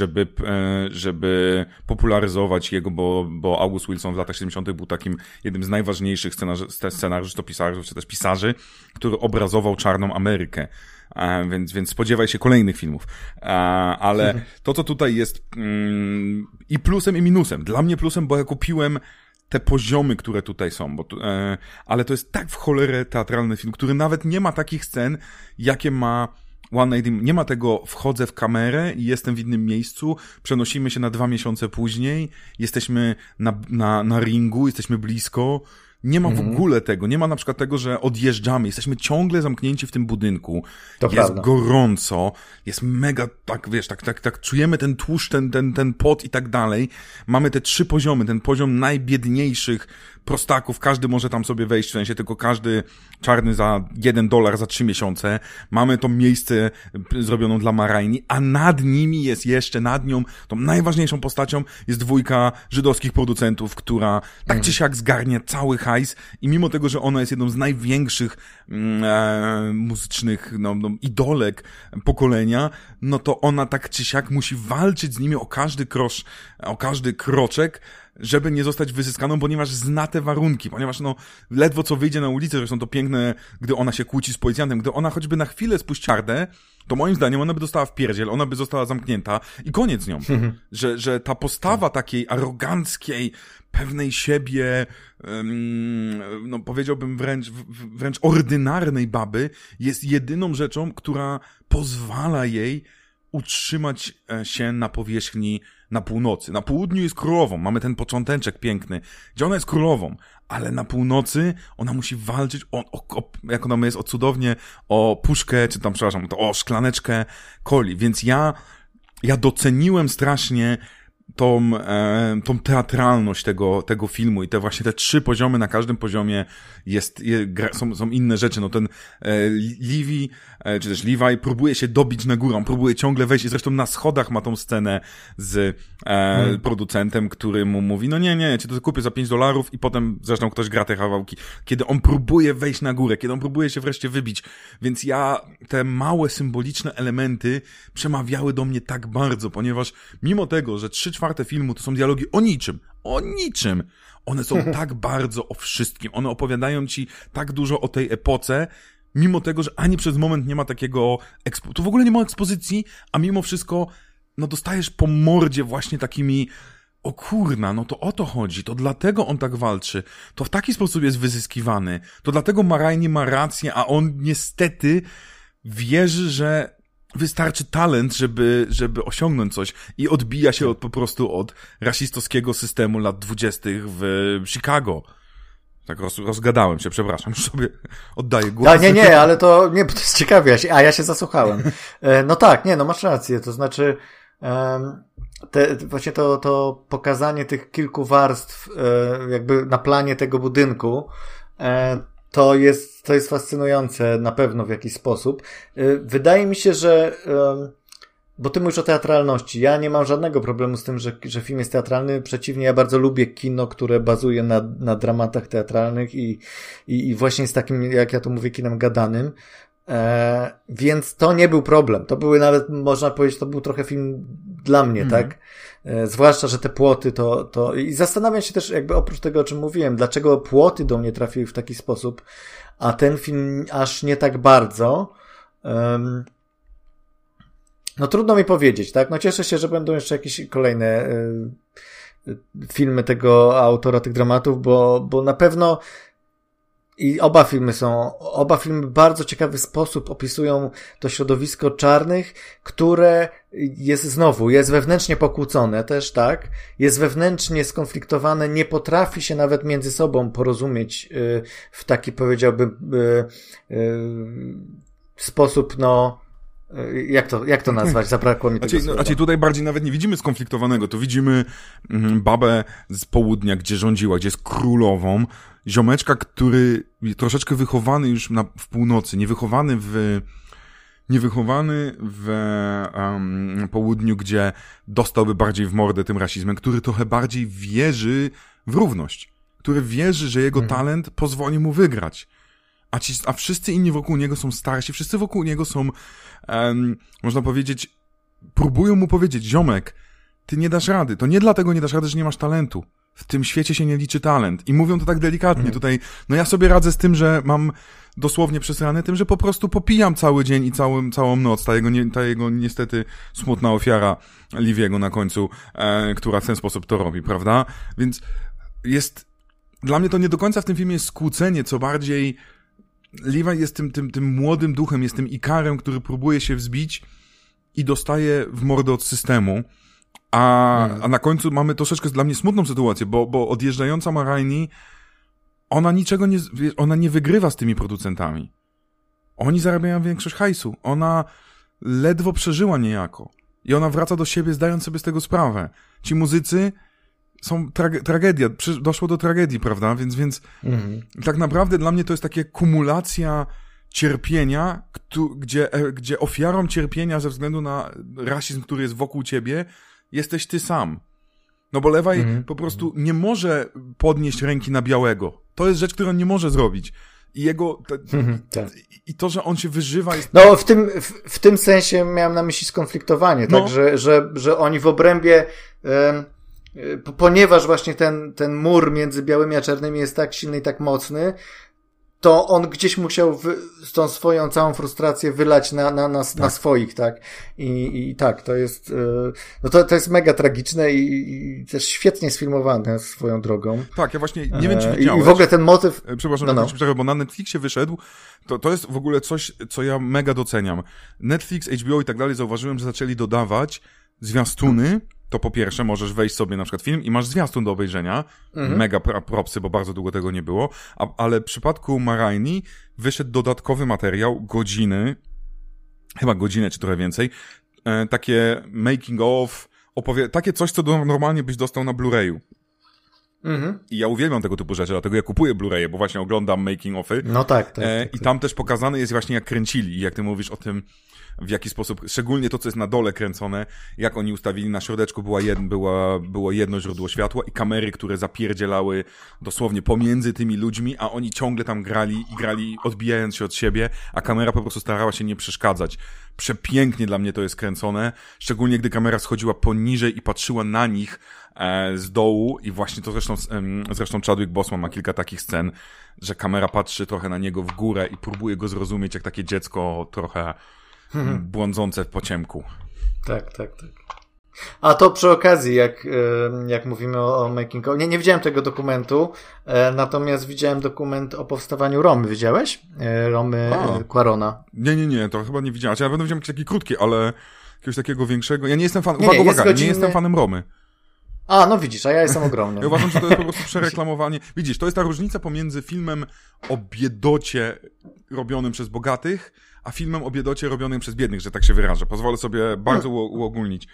B: żeby popularyzować jego, bo August Wilson w latach 70. był takim jednym z najważniejszych scenarzystów, czy też pisarzy, który obrazował czarną Amerykę. Więc spodziewaj się kolejnych filmów. Ale to, co tutaj jest i plusem, i minusem. Dla mnie plusem, bo ja kupiłem te poziomy, które tutaj są. Ale to jest tak w cholerę teatralny film, który nawet nie ma takich scen, jakie ma One Night. Nie ma tego, wchodzę w kamerę i jestem w innym miejscu, przenosimy się na 2 miesiące później, jesteśmy na ringu, jesteśmy blisko. Nie ma w ogóle tego. Nie ma na przykład tego, że odjeżdżamy. Jesteśmy ciągle zamknięci w tym budynku.
A: To
B: jest
A: prawda.
B: Gorąco. Jest mega, tak wiesz, tak czujemy ten tłuszcz, ten pot i tak dalej. Mamy te 3 poziomy. Ten poziom najbiedniejszych prostaków. Każdy może tam sobie wejść, w sensie tylko każdy czarny za $1 za 3 miesiące. Mamy to miejsce zrobioną dla Marajni, a nad nimi jest jeszcze, nad nią, tą najważniejszą postacią jest 2 żydowskich producentów, która tak czy siak zgarnia cały hajs i mimo tego, że ona jest jedną z największych muzycznych idolek pokolenia, no to ona tak czy siak musi walczyć z nimi o każdy kroczek, żeby nie zostać wyzyskaną, ponieważ zna te warunki, ponieważ ledwo co wyjdzie na ulicę, zresztą to piękne, gdy ona się kłóci z policjantem, gdy ona choćby na chwilę spuści czardę, to moim zdaniem ona by dostała w pierdziel, ona by została zamknięta i koniec z nią. Że ta postawa takiej aroganckiej, pewnej siebie, powiedziałbym wręcz ordynarnej baby, jest jedyną rzeczą, która pozwala jej utrzymać się na powierzchni na północy. Na południu jest królową, mamy ten począteczek piękny, gdzie ona jest królową, ale na północy ona musi walczyć jak ona jest cudownie, o puszkę, czy tam, przepraszam, o szklaneczkę coli, więc ja doceniłem strasznie tą teatralność tego filmu i te 3 poziomy, na każdym poziomie są inne rzeczy. Ten Levi, czy też Levi próbuje się dobić na górę, on próbuje ciągle wejść i zresztą na schodach ma tą scenę z producentem, który mu mówi, nie, cię to kupię za $5 i potem zresztą ktoś gra te kawałki, kiedy on próbuje wejść na górę, kiedy on próbuje się wreszcie wybić. Więc te małe symboliczne elementy przemawiały do mnie tak bardzo, ponieważ mimo tego, że 3/4 filmu to są dialogi o niczym. One są tak bardzo o wszystkim. One opowiadają ci tak dużo o tej epoce, mimo tego, że ani przez moment nie ma takiego... Tu w ogóle nie ma ekspozycji, a mimo wszystko dostajesz po mordzie właśnie takimi... O kurna, to o to chodzi, to dlatego on tak walczy, to w taki sposób jest wyzyskiwany, to dlatego Marajni ma rację, a on niestety wierzy, że wystarczy talent, żeby osiągnąć coś i odbija się po prostu od rasistowskiego systemu lat 20. w Chicago. Tak rozgadałem się, przepraszam, już sobie oddaję głos.
A: Nie, ale to jest ciekawe, ja się zasłuchałem. Masz rację, to znaczy właśnie to pokazanie tych kilku warstw jakby na planie tego budynku, to jest fascynujące na pewno w jakiś sposób. Wydaje mi się, że bo ty mówisz o teatralności. Ja nie mam żadnego problemu z tym, że film jest teatralny. Przeciwnie, ja bardzo lubię kino, które bazuje na dramatach teatralnych i właśnie jest takim, jak ja to mówię, kinem gadanym. Więc to nie był problem. To były nawet, można powiedzieć, to był trochę film dla mnie, tak? Zwłaszcza, że te płoty to... I zastanawiam się też, jakby oprócz tego, o czym mówiłem, dlaczego płoty do mnie trafiły w taki sposób, a ten film aż nie tak bardzo. No trudno mi powiedzieć, tak? No cieszę się, że będą jeszcze jakieś kolejne filmy tego autora tych dramatów, bo na pewno i oba filmy w bardzo ciekawy sposób opisują to środowisko czarnych, które jest wewnętrznie pokłócone też, tak? Jest wewnętrznie skonfliktowane, nie potrafi się nawet między sobą porozumieć w taki, powiedziałbym, sposób, no, jak to nazwać? Zabrakło mi tego słowa.
B: Znaczy tutaj bardziej nawet nie widzimy skonfliktowanego, to widzimy babę z południa, gdzie rządziła, gdzie jest królową, ziomeczka, który troszeczkę wychowany już w północy, niewychowany w południu, gdzie dostałby bardziej w mordę tym rasizmem, który trochę bardziej wierzy w równość, który wierzy, że jego talent pozwoli mu wygrać. A wszyscy inni wokół niego są starsi, wszyscy wokół niego są, można powiedzieć, próbują mu powiedzieć, ziomek, ty nie dasz rady. To nie dlatego nie dasz rady, że nie masz talentu. W tym świecie się nie liczy talent. I mówią to tak delikatnie tutaj. No ja sobie radzę z tym, że mam dosłownie przesrane tym, że po prostu popijam cały dzień i całą noc. Ta jego niestety smutna ofiara Liviego na końcu, która w ten sposób to robi, prawda? Więc dla mnie to nie do końca w tym filmie jest skłócenie, co bardziej Levi jest tym młodym duchem, jest tym Ikarem, który próbuje się wzbić i dostaje w mordę od systemu. A na końcu mamy troszeczkę dla mnie smutną sytuację, bo odjeżdżająca Ma Rainey, ona nie wygrywa z tymi producentami. Oni zarabiają większość hajsu. Ona ledwo przeżyła niejako. I ona wraca do siebie, zdając sobie z tego sprawę. Ci muzycy są tragedia. Doszło do tragedii, prawda? Więc tak naprawdę dla mnie to jest takie kumulacja cierpienia, gdzie ofiarą cierpienia ze względu na rasizm, który jest wokół ciebie, jesteś ty sam. No bo Levi po prostu nie może podnieść ręki na białego. To jest rzecz, którą on nie może zrobić. I i to, że on się wyżywa jest...
A: No w tym sensie miałem na myśli skonfliktowanie, tak? Że oni w obrębie... ponieważ właśnie ten mur między białymi a czarnymi jest tak silny i tak mocny, to on gdzieś musiał tą swoją całą frustrację wylać na swoich, tak? I tak, to jest, no to jest mega tragiczne i też świetnie sfilmowane swoją drogą.
B: Tak, ja właśnie nie wiem, czy widziałeś.
A: I w ogóle ten motyw...
B: Przepraszam, bo na Netflixie wyszedł, to jest w ogóle coś, co ja mega doceniam. Netflix, HBO i tak dalej, zauważyłem, że zaczęli dodawać zwiastuny. To po pierwsze, możesz wejść sobie na przykład film i masz zwiastun do obejrzenia. Mega propsy, bo bardzo długo tego nie było. Ale w przypadku Ma Rainey wyszedł dodatkowy materiał, chyba godzinę czy trochę więcej. Takie making of, takie coś, co normalnie byś dostał na Blu-rayu. I ja uwielbiam tego typu rzeczy, dlatego ja kupuję Blu-raye, bo właśnie oglądam making ofy.
A: No tak.
B: I tam też pokazane jest właśnie jak kręcili i jak ty mówisz o tym, w jaki sposób, szczególnie to, co jest na dole kręcone, jak oni ustawili, na środeczku było jedno źródło światła i kamery, które zapierdzielały dosłownie pomiędzy tymi ludźmi, a oni ciągle tam grali odbijając się od siebie, a kamera po prostu starała się nie przeszkadzać. Przepięknie dla mnie to jest kręcone, szczególnie gdy kamera schodziła poniżej i patrzyła na nich z dołu i właśnie to zresztą Chadwick Boseman ma kilka takich scen, że kamera patrzy trochę na niego w górę i próbuje go zrozumieć jak takie dziecko trochę błądzące w pociemku. Tak.
A: A to przy okazji, jak mówimy o making of... Nie widziałem tego dokumentu, natomiast widziałem dokument o powstawaniu Romy. Widziałeś? Romy Cuarona.
B: Nie, to chyba nie widziałem. Ja będę widział jakiś taki krótki, ale jakiegoś takiego większego... Ja nie jestem fanem... Uwaga, nie jestem fanem Romy.
A: A, no widzisz, a ja jestem ogromny.
B: Ja uważam, że to jest po prostu przereklamowanie. Widzisz, to jest ta różnica pomiędzy filmem o biedocie robionym przez bogatych, a filmem o biedocie robionym przez biednych, że tak się wyrażę. Pozwolę sobie bardzo uogólnić.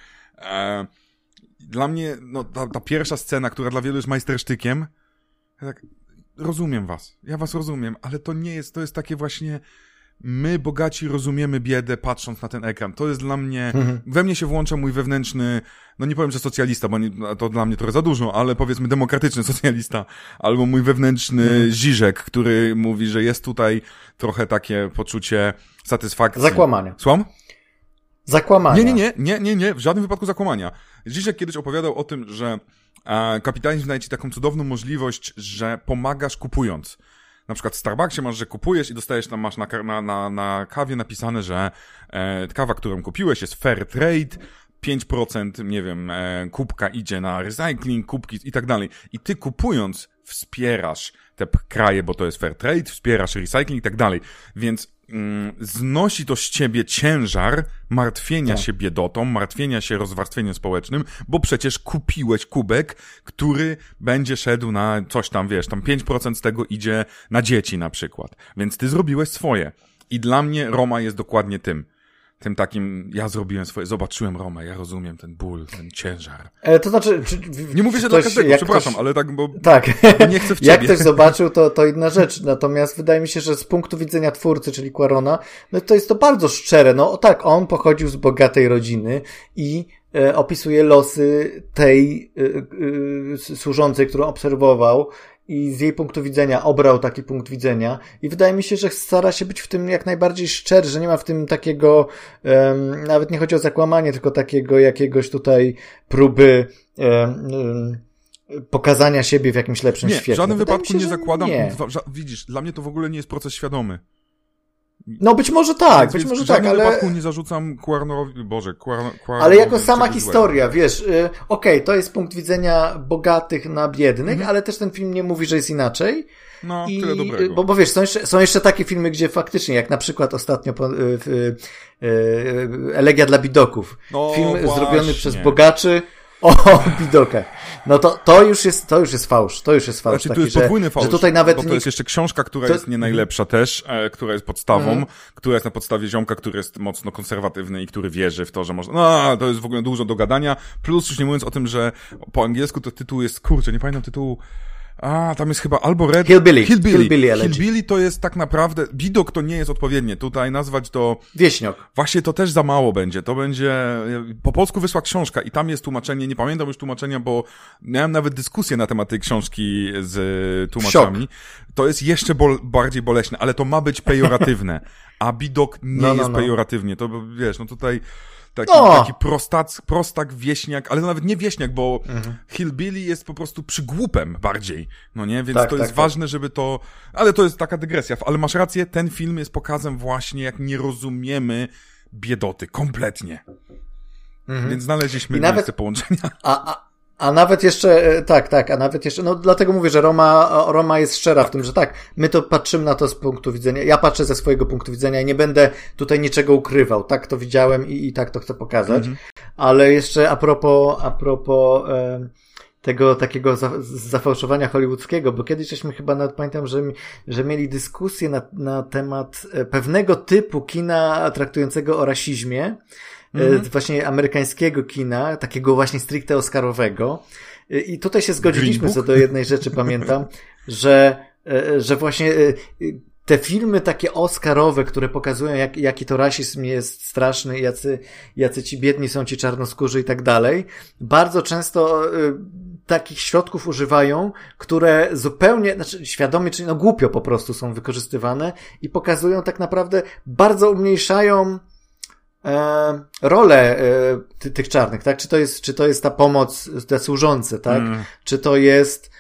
B: Dla mnie, no, ta pierwsza scena, która dla wielu jest majstersztykiem, tak, rozumiem was. Ja was rozumiem, ale to nie jest, to jest takie właśnie... My, bogaci, rozumiemy biedę, patrząc na ten ekran. To jest dla mnie... We mnie się włącza mój wewnętrzny... No nie powiem, że socjalista, bo to dla mnie trochę za dużo, ale powiedzmy demokratyczny socjalista. Albo mój wewnętrzny Ziżek, który mówi, że jest tutaj trochę takie poczucie satysfakcji.
A: Zakłamania.
B: Słucham?
A: Zakłamania.
B: Nie, w żadnym wypadku zakłamania. Ziżek kiedyś opowiadał o tym, że kapitalizm daje ci taką cudowną możliwość, że pomagasz kupując. Na przykład w Starbucksie masz, że kupujesz i dostajesz tam, masz na kawie napisane, że kawa, którą kupiłeś jest fair trade, 5%, nie wiem, kubka idzie na recycling, kubki i tak dalej. I ty kupując wspierasz te kraje, bo to jest fair trade, wspierasz recycling i tak dalej. Więc znosi to z ciebie ciężar martwienia się biedotą, martwienia się rozwarstwieniem społecznym, bo przecież kupiłeś kubek, który będzie szedł na coś tam, wiesz, tam 5% z tego idzie na dzieci na przykład. Więc ty zrobiłeś swoje. I dla mnie Roma jest dokładnie tym takim, ja zrobiłem swoje, zobaczyłem Romę, ja rozumiem ten ból, ten ciężar.
A: To znaczy...
B: nie mówię, że dla każdego, przepraszam, ale tak, bo nie chcę w ciebie.
A: Jak ktoś zobaczył, to inna rzecz. Natomiast wydaje mi się, że z punktu widzenia twórcy, czyli Cuarona, no to jest to bardzo szczere. No tak, on pochodził z bogatej rodziny i opisuje losy tej służącej, którą obserwował, i z jej punktu widzenia obrał taki punkt widzenia i wydaje mi się, że stara się być w tym jak najbardziej szczery, że nie ma w tym takiego, nawet nie chodzi o zakłamanie, tylko takiego jakiegoś tutaj próby pokazania siebie w jakimś lepszym świetle.
B: Nie, w żadnym
A: wydaje
B: wypadku
A: mi się,
B: nie zakładam.
A: Nie.
B: Widzisz, dla mnie to w ogóle nie jest proces świadomy.
A: No być może tak,
B: Więc
A: być może
B: w żadnym
A: tak, ale...
B: wypadku nie zarzucam Cuaronowi,
A: ale jako sama historia, wiesz, okej, to jest punkt widzenia bogatych na biednych, ale też ten film nie mówi, że jest inaczej.
B: No, tyle dobrego.
A: Bo wiesz, są jeszcze takie filmy, gdzie faktycznie, jak na przykład ostatnio Elegia dla bidoków.
B: No,
A: film
B: właśnie.
A: zrobiony przez bogaczy o bidokach. No to już jest fałsz. To już jest fałsz.
B: Znaczy,
A: taki,
B: tu jest podwójny fałsz,
A: że tutaj nawet
B: bo to jest jeszcze książka, która jest nie najlepsza też, która jest podstawą, która jest na podstawie ziomka, który jest mocno konserwatywny i który wierzy w to, że można... No, to jest w ogóle dużo do gadania. Plus, już nie mówiąc o tym, że po angielsku to tytuł jest... Kurczę, nie pamiętam tytułu... tam jest chyba albo Red... Hillbilly to jest tak naprawdę... Bidok to nie jest odpowiednie. Tutaj nazwać to...
A: Wieśniok.
B: Właśnie to też za mało będzie. To będzie... Po polsku wyszła książka i tam jest tłumaczenie. Nie pamiętam już tłumaczenia, bo miałem nawet dyskusję na temat tej książki z tłumaczami. To jest jeszcze bardziej boleśne, ale to ma być pejoratywne. A bidok nie jest pejoratywnie. To wiesz, no tutaj... Taki prostak, wieśniak, ale to nawet nie wieśniak, bo hillbilly jest po prostu przygłupem bardziej, no nie? Więc to jest ważne, żeby to... Ale to jest taka dygresja, ale masz rację, ten film jest pokazem właśnie, jak nie rozumiemy biedoty, kompletnie. Więc znaleźliśmy miejsce połączenia.
A: A nawet jeszcze, no dlatego mówię, że Roma jest szczera w tym, że tak, my to patrzymy na to z punktu widzenia, ja patrzę ze swojego punktu widzenia i nie będę tutaj niczego ukrywał, tak to widziałem i tak to chcę pokazać, ale jeszcze a propos tego takiego zafałszowania hollywoodzkiego, bo kiedyś żeśmy chyba pamiętam, że mieli dyskusję na temat pewnego typu kina traktującego o rasizmie, właśnie amerykańskiego kina, takiego właśnie stricte oscarowego. I tutaj się zgodziliśmy co do jednej rzeczy, pamiętam, że właśnie te filmy takie oscarowe, które pokazują jaki to rasizm jest straszny, jacy ci biedni są ci czarnoskórzy i tak dalej, bardzo często takich środków używają, które zupełnie, znaczy świadomie, czyli głupio po prostu są wykorzystywane i pokazują tak naprawdę, bardzo umniejszają rolę tych czarnych, tak? Czy to jest ta pomoc, te służące, tak? Czy to jest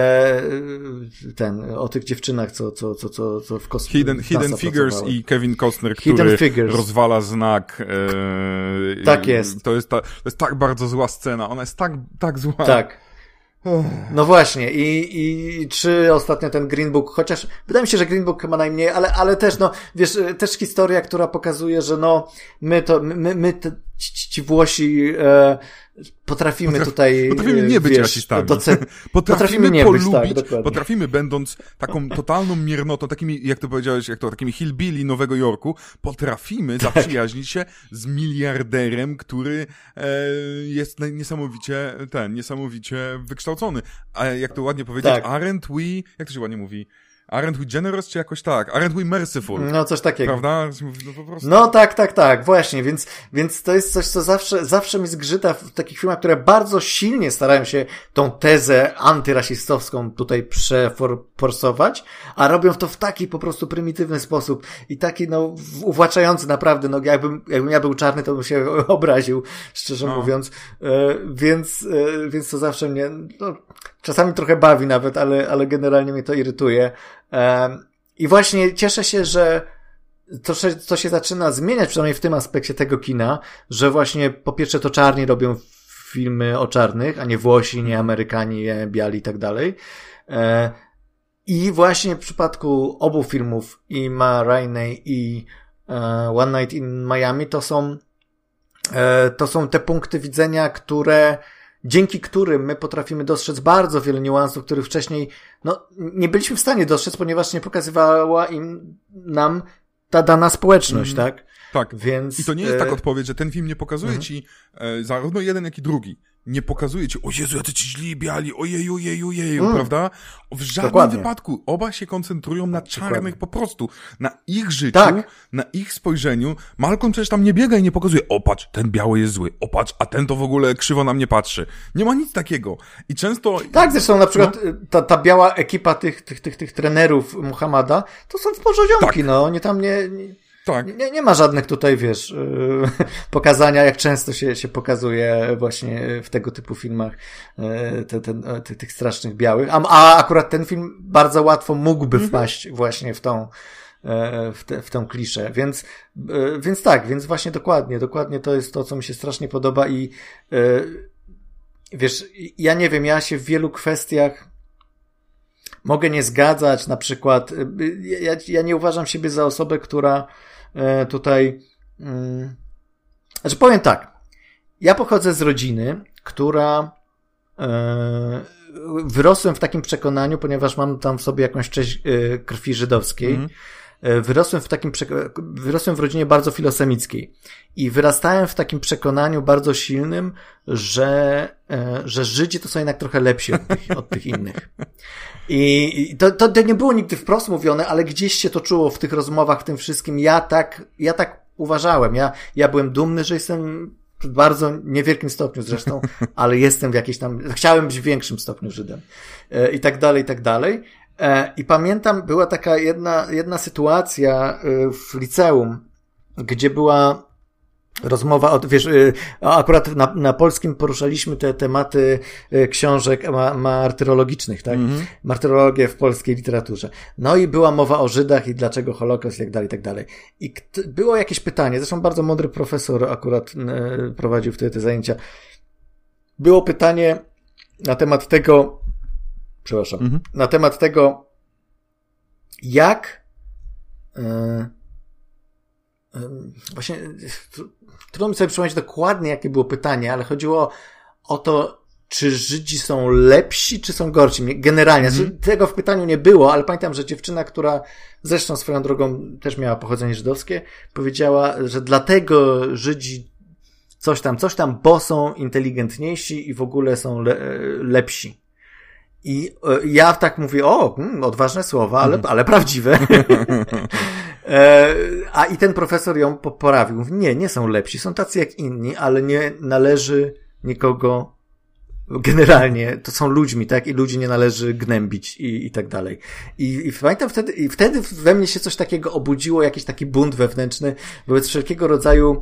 A: o tych dziewczynach, co w kosmosie.
B: Hidden Figures i Kevin Costner, który rozwala znak.
A: Tak jest.
B: To jest tak bardzo zła scena. Ona jest tak zła.
A: Tak. No właśnie, i czy ostatnio ten Green Book, chociaż wydaje mi się, że Green Book chyba najmniej, ale też, no, wiesz, też historia, która pokazuje, że no, ci Włosi potrafimy tutaj
B: potrafimy nie być rasistami. Potrafimy
A: nie
B: polubić,
A: być, tak, dokładnie.
B: potrafimy będąc taką totalną miernotą, takimi, jak to powiedziałeś, takimi hillbilly Nowego Jorku, potrafimy zaprzyjaźnić się z miliarderem, który jest niesamowicie wykształcony. A jak to ładnie powiedzieć,
A: Tak.
B: jak to się ładnie mówi? Aren't we generous, czy jakoś tak? Aren't we merciful?
A: No, coś takiego.
B: Prawda? No, po prostu.
A: No tak, właśnie, więc to jest coś, co zawsze mi zgrzyta w takich filmach, które bardzo silnie starają się tą tezę antyrasistowską tutaj przeforsować, a robią to w taki po prostu prymitywny sposób i taki, no, uwłaczający naprawdę, no, jakbym ja był czarny, to bym się obraził, szczerze mówiąc, więc to zawsze mnie, no, czasami trochę bawi nawet, ale generalnie mnie to irytuje. I właśnie cieszę się, że to się zaczyna zmieniać, przynajmniej w tym aspekcie tego kina, że właśnie po pierwsze to czarni robią filmy o czarnych, a nie Włosi, nie Amerykanie, nie biali i tak dalej. I właśnie w przypadku obu filmów, i Ma Rainey i One Night in Miami, to są te punkty widzenia, dzięki którym my potrafimy dostrzec bardzo wiele niuansów, których wcześniej, no, nie byliśmy w stanie dostrzec, ponieważ nie pokazywała nam ta dana społeczność, tak?
B: Tak.
A: Więc,
B: i to nie jest tak odpowiedź, że ten film nie pokazuje ci zarówno jeden, jak i drugi. Nie pokazuje ci, o Jezu, jacy ci źli, biali, ojeju, prawda? W żadnym wypadku. Oba się koncentrują na czarnych po prostu. Na ich życiu, na ich spojrzeniu. Malcolm przecież tam nie biega i nie pokazuje, o patrz, ten biały jest zły, o patrz, a ten to w ogóle krzywo na mnie patrzy. Nie ma nic takiego. I często...
A: Tak, zresztą na przykład ta biała ekipa tych trenerów Muhammada, to są w porządku, no. Oni tam nie ma żadnych tutaj, wiesz, pokazania, jak często się pokazuje właśnie w tego typu filmach tych strasznych białych. A akurat ten film bardzo łatwo mógłby wpaść właśnie w tę kliszę. Więc właśnie dokładnie to jest to, co mi się strasznie podoba i wiesz, ja nie wiem, ja się w wielu kwestiach mogę nie zgadzać, na przykład ja nie uważam siebie za osobę, która tutaj znaczy powiem tak, ja pochodzę z rodziny, która wyrosłem w takim przekonaniu, ponieważ mam tam w sobie jakąś część krwi żydowskiej, wyrosłem w rodzinie bardzo filosemickiej i wyrastałem w takim przekonaniu bardzo silnym, że Żydzi to są jednak trochę lepsi od tych innych. I to nie było nigdy wprost mówione, ale gdzieś się to czuło w tych rozmowach, w tym wszystkim. Ja tak uważałem. Ja byłem dumny, że jestem w bardzo niewielkim stopniu zresztą, ale jestem w jakiejś tam, chciałem być w większym stopniu Żydem. I tak dalej. I pamiętam, była taka jedna sytuacja w liceum, gdzie była rozmowa wiesz, akurat na polskim poruszaliśmy te tematy książek martyrologicznych, tak? Martyrologię w polskiej literaturze. No i była mowa o Żydach i dlaczego Holokaust i tak dalej. I było jakieś pytanie, zresztą bardzo mądry profesor akurat prowadził wtedy te zajęcia. Było pytanie na temat tego, na temat tego, jak właśnie trudno mi sobie przypomnieć dokładnie, jakie było pytanie, ale chodziło o to, czy Żydzi są lepsi, czy są gorsi. Generalnie. Tego w pytaniu nie było, ale pamiętam, że dziewczyna, która zresztą swoją drogą też miała pochodzenie żydowskie, powiedziała, że dlatego Żydzi coś tam, bo są inteligentniejsi i w ogóle są lepsi. I ja tak mówię, odważne słowa, ale prawdziwe. A i ten profesor ją poprawił. Mówi, nie są lepsi, są tacy jak inni, ale nie należy nikogo, generalnie, to są ludźmi, tak? I ludzi nie należy gnębić i tak dalej. I pamiętam wtedy we mnie się coś takiego obudziło, jakiś taki bunt wewnętrzny wobec wszelkiego rodzaju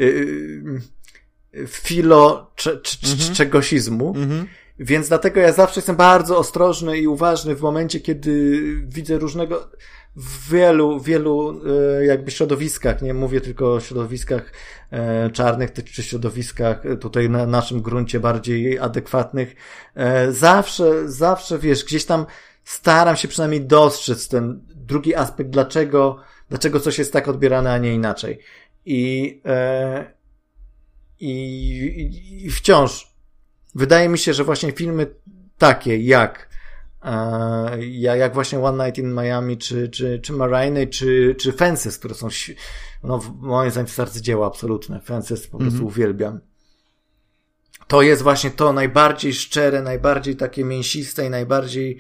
A: czegosizmu. Więc dlatego ja zawsze jestem bardzo ostrożny i uważny w momencie, kiedy widzę w wielu jakby środowiskach, nie mówię tylko o środowiskach czarnych, czy środowiskach tutaj na naszym gruncie bardziej adekwatnych. Zawsze wiesz, gdzieś tam staram się przynajmniej dostrzec ten drugi aspekt, dlaczego coś jest tak odbierane, a nie inaczej. I wciąż wydaje mi się, że właśnie filmy takie jak właśnie One Night in Miami, czy Ma Rainey, czy Fences, które są, no, moim zdaniem arcydzieła absolutne. Fences po prostu uwielbiam. To jest właśnie to najbardziej szczere, najbardziej takie mięsiste i najbardziej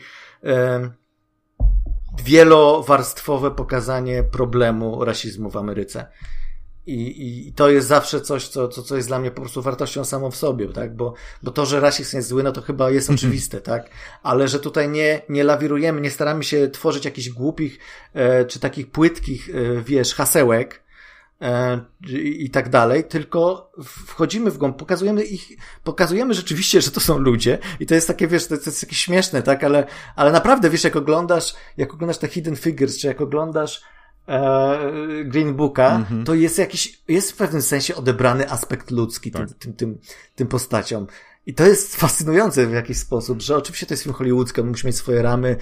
A: wielowarstwowe pokazanie problemu rasizmu w Ameryce. I to jest zawsze coś, co jest dla mnie po prostu wartością samą w sobie, tak? Bo to, że rasizm jest zły, no to chyba jest oczywiste, tak? Ale że tutaj nie lawirujemy, nie staramy się tworzyć jakichś głupich, czy takich płytkich, hasełek, i tak dalej, tylko wchodzimy w głąb, pokazujemy rzeczywiście, że to są ludzie i to jest takie, to jest takie śmieszne, tak? Ale naprawdę, jak oglądasz te Hidden Figures, czy jak oglądasz Green Booka, to jest w pewnym sensie odebrany aspekt ludzki tym postaciom. I to jest fascynujące w jakiś sposób, że oczywiście to jest film hollywoodzki, on musi mieć swoje ramy,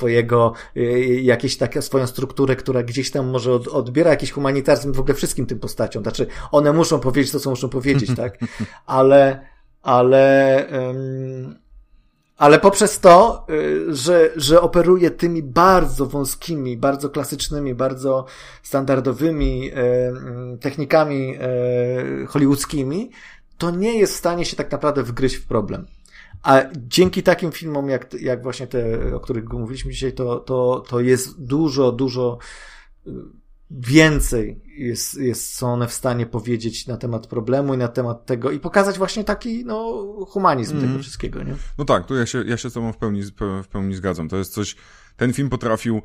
A: swoją strukturę, która gdzieś tam może odbiera jakiś humanitaryzm w ogóle wszystkim tym postaciom. Znaczy, one muszą powiedzieć to, co muszą powiedzieć, tak? Ale poprzez to, że operuje tymi bardzo wąskimi, bardzo klasycznymi, bardzo standardowymi technikami hollywoodzkimi, to nie jest w stanie się tak naprawdę wgryźć w problem. A dzięki takim filmom, jak właśnie te, o których mówiliśmy dzisiaj, to jest dużo więcej są one w stanie powiedzieć na temat problemu i na temat tego i pokazać właśnie taki, humanizm tego wszystkiego, nie?
B: No tak, tu ja się z tobą w pełni zgadzam. To jest coś, ten film potrafił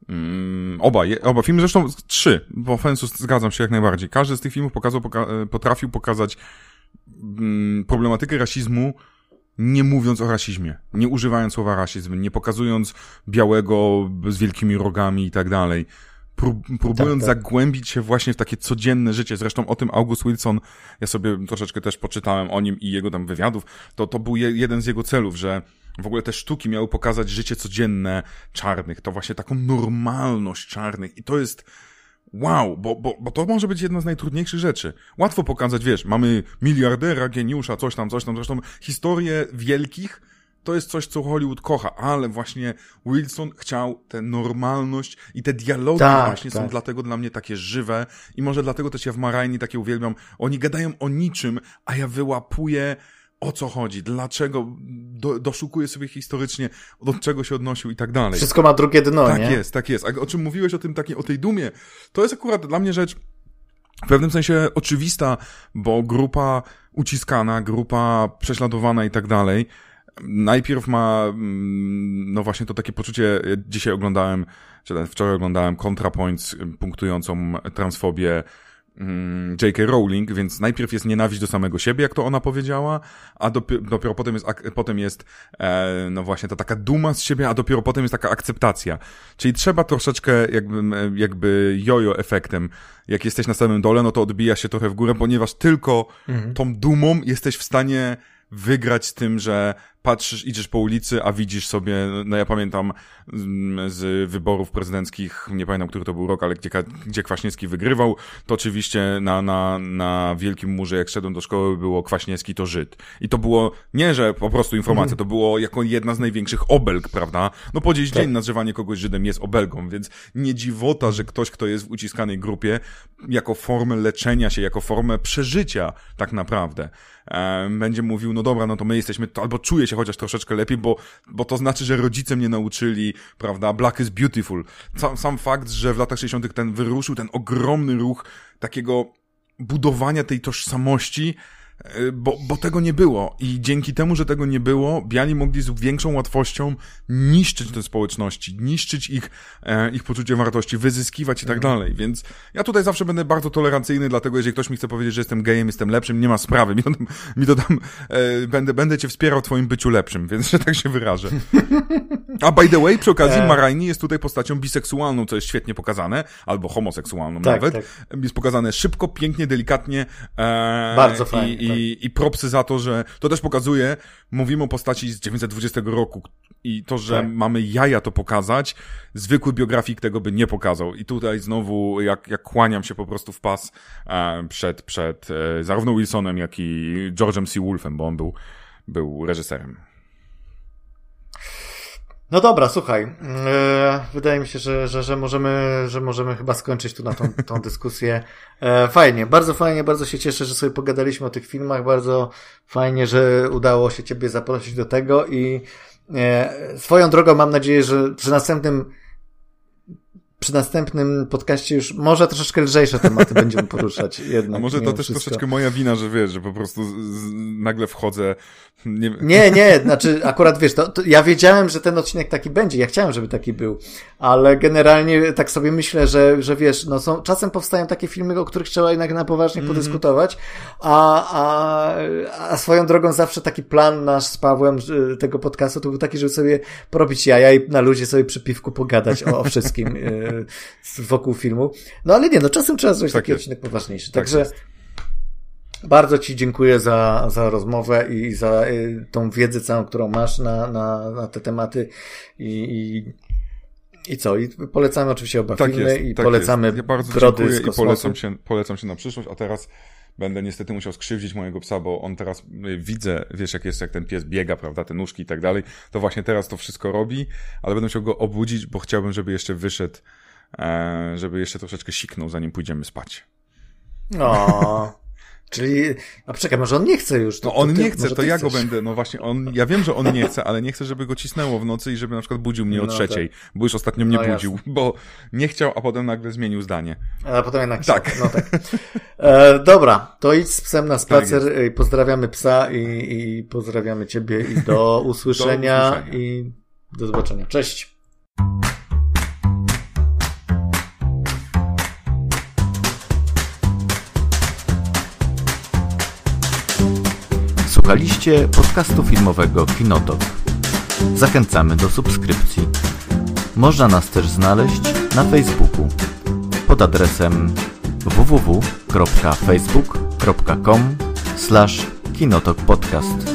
B: oba filmy, zresztą 3, bo Fences zgadzam się jak najbardziej. Każdy z tych filmów potrafił pokazać problematykę rasizmu, nie mówiąc o rasizmie, nie używając słowa rasizm, nie pokazując białego z wielkimi rogami i tak dalej. Próbując zagłębić się właśnie w takie codzienne życie. Zresztą o tym August Wilson, ja sobie troszeczkę też poczytałem o nim i jego tam wywiadów, to był jeden z jego celów, że w ogóle te sztuki miały pokazać życie codzienne czarnych, to właśnie taką normalność czarnych i to jest wow, bo to może być jedna z najtrudniejszych rzeczy. Łatwo pokazać, mamy miliardera, geniusza, coś tam, zresztą historie wielkich to jest coś, co Hollywood kocha, ale właśnie Wilson chciał tę normalność i te dialogi są dlatego dla mnie takie żywe i może dlatego też ja w Ma Rainey takie uwielbiam. Oni gadają o niczym, a ja wyłapuję o co chodzi, dlaczego, doszukuję sobie historycznie, do czego się odnosił i tak dalej.
A: Wszystko ma drugie dno,
B: tak
A: nie?
B: Tak jest. A o czym mówiłeś o tej dumie, to jest akurat dla mnie rzecz w pewnym sensie oczywista, bo grupa uciskana, grupa prześladowana i tak dalej, najpierw ma, właśnie to takie poczucie, dzisiaj oglądałem, czy wczoraj oglądałem ContraPoints punktującą transfobię J.K. Rowling, więc najpierw jest nienawiść do samego siebie, jak to ona powiedziała, a dopiero potem jest właśnie ta taka duma z siebie, a dopiero potem jest taka akceptacja. Czyli trzeba troszeczkę jakby jojo efektem. Jak jesteś na samym dole, no to odbija się trochę w górę, ponieważ tylko tą dumą jesteś w stanie wygrać z tym, że patrzysz, idziesz po ulicy, a widzisz sobie, ja pamiętam z wyborów prezydenckich, nie pamiętam, który to był rok, ale gdzie Kwaśniewski wygrywał, to oczywiście na Wielkim Murze, jak szedłem do szkoły, było Kwaśniewski to Żyd. I to było nie, że po prostu informacja, to było jako jedna z największych obelg, prawda? No po dziś dzień nazywanie kogoś Żydem jest obelgą, więc nie dziwota, że ktoś, kto jest w uciskanej grupie, jako formę leczenia się, jako formę przeżycia tak naprawdę, będzie mówił, no dobra, no to my jesteśmy, albo czuję się chociaż troszeczkę lepiej, bo to znaczy, że rodzice mnie nauczyli, prawda, Black is beautiful. Sam fakt, że w latach 60. wyruszył ten ogromny ruch takiego budowania tej tożsamości, bo tego nie było. I dzięki temu, że tego nie było, biali mogli z większą łatwością niszczyć te społeczności, niszczyć ich poczucie wartości, wyzyskiwać i tak dalej. Więc ja tutaj zawsze będę bardzo tolerancyjny, dlatego jeżeli ktoś mi chce powiedzieć, że jestem gejem, jestem lepszym, nie ma sprawy. Mi to tam będę cię wspierał w twoim byciu lepszym, więc że tak się wyrażę. A by the way, przy okazji, Ma Rainey jest tutaj postacią biseksualną, co jest świetnie pokazane, albo homoseksualną nawet. Tak. Jest pokazane szybko, pięknie, delikatnie.
A: Bardzo fajnie.
B: I propsy za to, że to też pokazuje, mówimy o postaci z 1920 roku, I to, że mamy jaja to pokazać, zwykły biografik tego by nie pokazał. I tutaj znowu, jak kłaniam się po prostu w pas przed zarówno Wilsonem, jak i George'em C. Wolfem, bo on był reżyserem.
A: No dobra, słuchaj. Wydaje mi się, że możemy chyba skończyć tu na tą dyskusję. Fajnie, bardzo się cieszę, że sobie pogadaliśmy o tych filmach, bardzo fajnie, że udało się ciebie zaprosić do tego i swoją drogą mam nadzieję, że przy następnym podcaście już może troszeczkę lżejsze tematy będziemy poruszać jednak.
B: A może to też troszeczkę moja wina, że wiesz, że po prostu nagle wchodzę.
A: Nie, znaczy akurat wiesz, to ja wiedziałem, że ten odcinek taki będzie, ja chciałem, żeby taki był, ale generalnie tak sobie myślę, że wiesz, no czasem powstają takie filmy, o których trzeba jednak na poważnie podyskutować, a swoją drogą zawsze taki plan nasz z Pawłem tego podcastu to był taki, żeby sobie porobić jaja i na luzie sobie przy piwku pogadać o wszystkim wokół filmu. No ale nie, no czasem trzeba zrobić taki odcinek poważniejszy. Także bardzo ci dziękuję za rozmowę i za tą wiedzę całą, którą masz na te tematy i co? I polecamy oczywiście oba filmy i polecamy
B: Ja bardzo
A: Brody
B: dziękuję i polecam się na przyszłość, a teraz będę niestety musiał skrzywdzić mojego psa, bo on teraz widzę, wiesz jak ten pies biega, prawda, te nóżki i tak dalej, to właśnie teraz to wszystko robi, ale będę musiał go obudzić, bo chciałbym, żeby jeszcze wyszedł, żeby jeszcze troszeczkę siknął, zanim pójdziemy spać.
A: Czyli, a czekaj, może on nie chce już.
B: On nie chce, to ja go będę, no właśnie, ja wiem, że on nie chce, ale nie chcę, żeby go cisnęło w nocy i żeby na przykład budził mnie o 3:00, bo już ostatnio mnie budził, jasne. Bo nie chciał, a potem nagle zmienił zdanie.
A: A potem jednak tak. No tak. Dobra, to idź z psem na spacer, tak pozdrawiamy psa i pozdrawiamy ciebie i do usłyszenia i do zobaczenia. Cześć!
C: Słuchaliście podcastu filmowego Kinotok. Zachęcamy do subskrypcji. Można nas też znaleźć na Facebooku pod adresem www.facebook.com/kinotokpodcast.